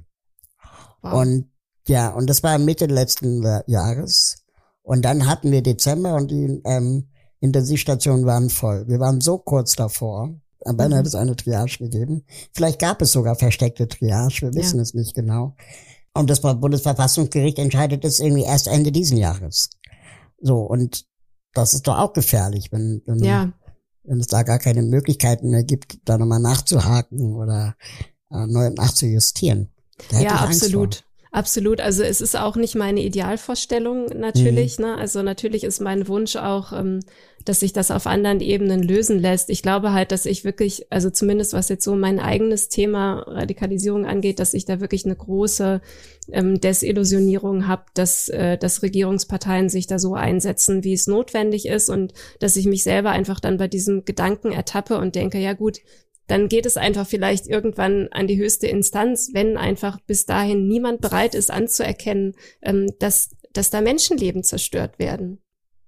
Wow. Und ja, und das war Mitte letzten Jahres. Und dann hatten wir Dezember und die ähm, Intensivstationen waren voll. Wir waren so kurz davor. Am Ende mhm. hat es eine Triage gegeben. Vielleicht gab es sogar versteckte Triage, wir wissen ja. es nicht genau. Und das Bundesverfassungsgericht entscheidet es irgendwie erst Ende diesen Jahres. So, und das ist doch auch gefährlich, wenn, wenn, ja. wenn es da gar keine Möglichkeiten mehr gibt, da nochmal nachzuhaken oder äh, neu nachzujustieren. Da ja, absolut. Absolut. Also es ist auch nicht meine Idealvorstellung natürlich. Mhm. Ne? Also natürlich ist mein Wunsch auch, ähm, dass sich das auf anderen Ebenen lösen lässt. Ich glaube halt, dass ich wirklich, also zumindest was jetzt so mein eigenes Thema Radikalisierung angeht, dass ich da wirklich eine große ähm, Desillusionierung habe, dass, äh, dass Regierungsparteien sich da so einsetzen, wie es notwendig ist und dass ich mich selber einfach dann bei diesem Gedanken ertappe und denke, ja gut, dann geht es einfach vielleicht irgendwann an die höchste Instanz, wenn einfach bis dahin niemand bereit ist anzuerkennen, ähm, dass, dass da Menschenleben zerstört werden.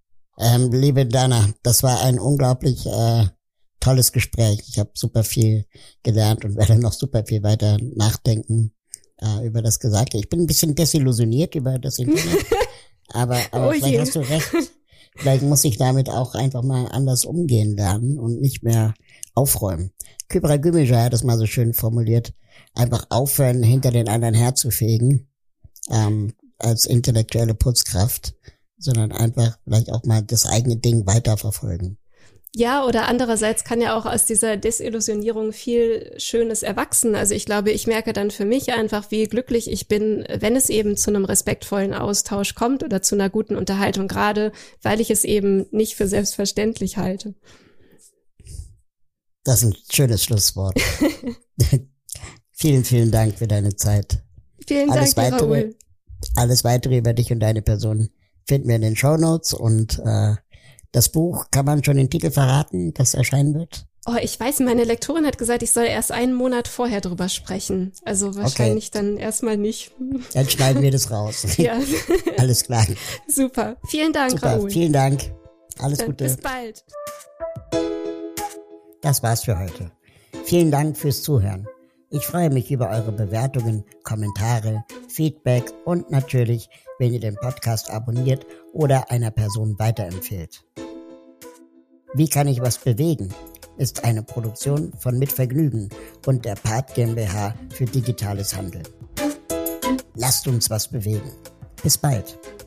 Ähm, liebe Dana, das war ein unglaublich äh, tolles Gespräch. Ich habe super viel gelernt und werde noch super viel weiter nachdenken äh, über das Gesagte. Ich bin ein bisschen desillusioniert über das Internet, aber, aber oh vielleicht je. Hast du recht. Vielleicht muss ich damit auch einfach mal anders umgehen lernen und nicht mehr aufräumen. Kübra Gümüşay hat das mal so schön formuliert, einfach aufhören, hinter den anderen herzufegen, ähm, als intellektuelle Putzkraft, sondern einfach vielleicht auch mal das eigene Ding weiterverfolgen. Ja, oder andererseits kann ja auch aus dieser Desillusionierung viel Schönes erwachsen. Also ich glaube, ich merke dann für mich einfach, wie glücklich ich bin, wenn es eben zu einem respektvollen Austausch kommt oder zu einer guten Unterhaltung, gerade weil ich es eben nicht für selbstverständlich halte. Das ist ein schönes Schlusswort. Vielen, vielen Dank für deine Zeit. Vielen alles Dank, weitere, Raoul. Alles weitere über dich und deine Person finden wir in den Shownotes und äh, das Buch, kann man schon den Titel verraten, das erscheinen wird? Oh, ich weiß, meine Lektorin hat gesagt, ich soll erst einen Monat vorher drüber sprechen. Also wahrscheinlich okay. Dann erstmal nicht. Dann schneiden wir das raus. Ja. Alles klar. Super. Vielen Dank, Super. Raoul. Vielen Dank. Alles dann Gute. Bis bald. Das war's für heute. Vielen Dank fürs Zuhören. Ich freue mich über eure Bewertungen, Kommentare, Feedback und natürlich, wenn ihr den Podcast abonniert oder einer Person weiterempfehlt. Wie kann ich was bewegen? Ist eine Produktion von Mit Vergnügen und der Part GmbH für digitales Handeln. Lasst uns was bewegen. Bis bald.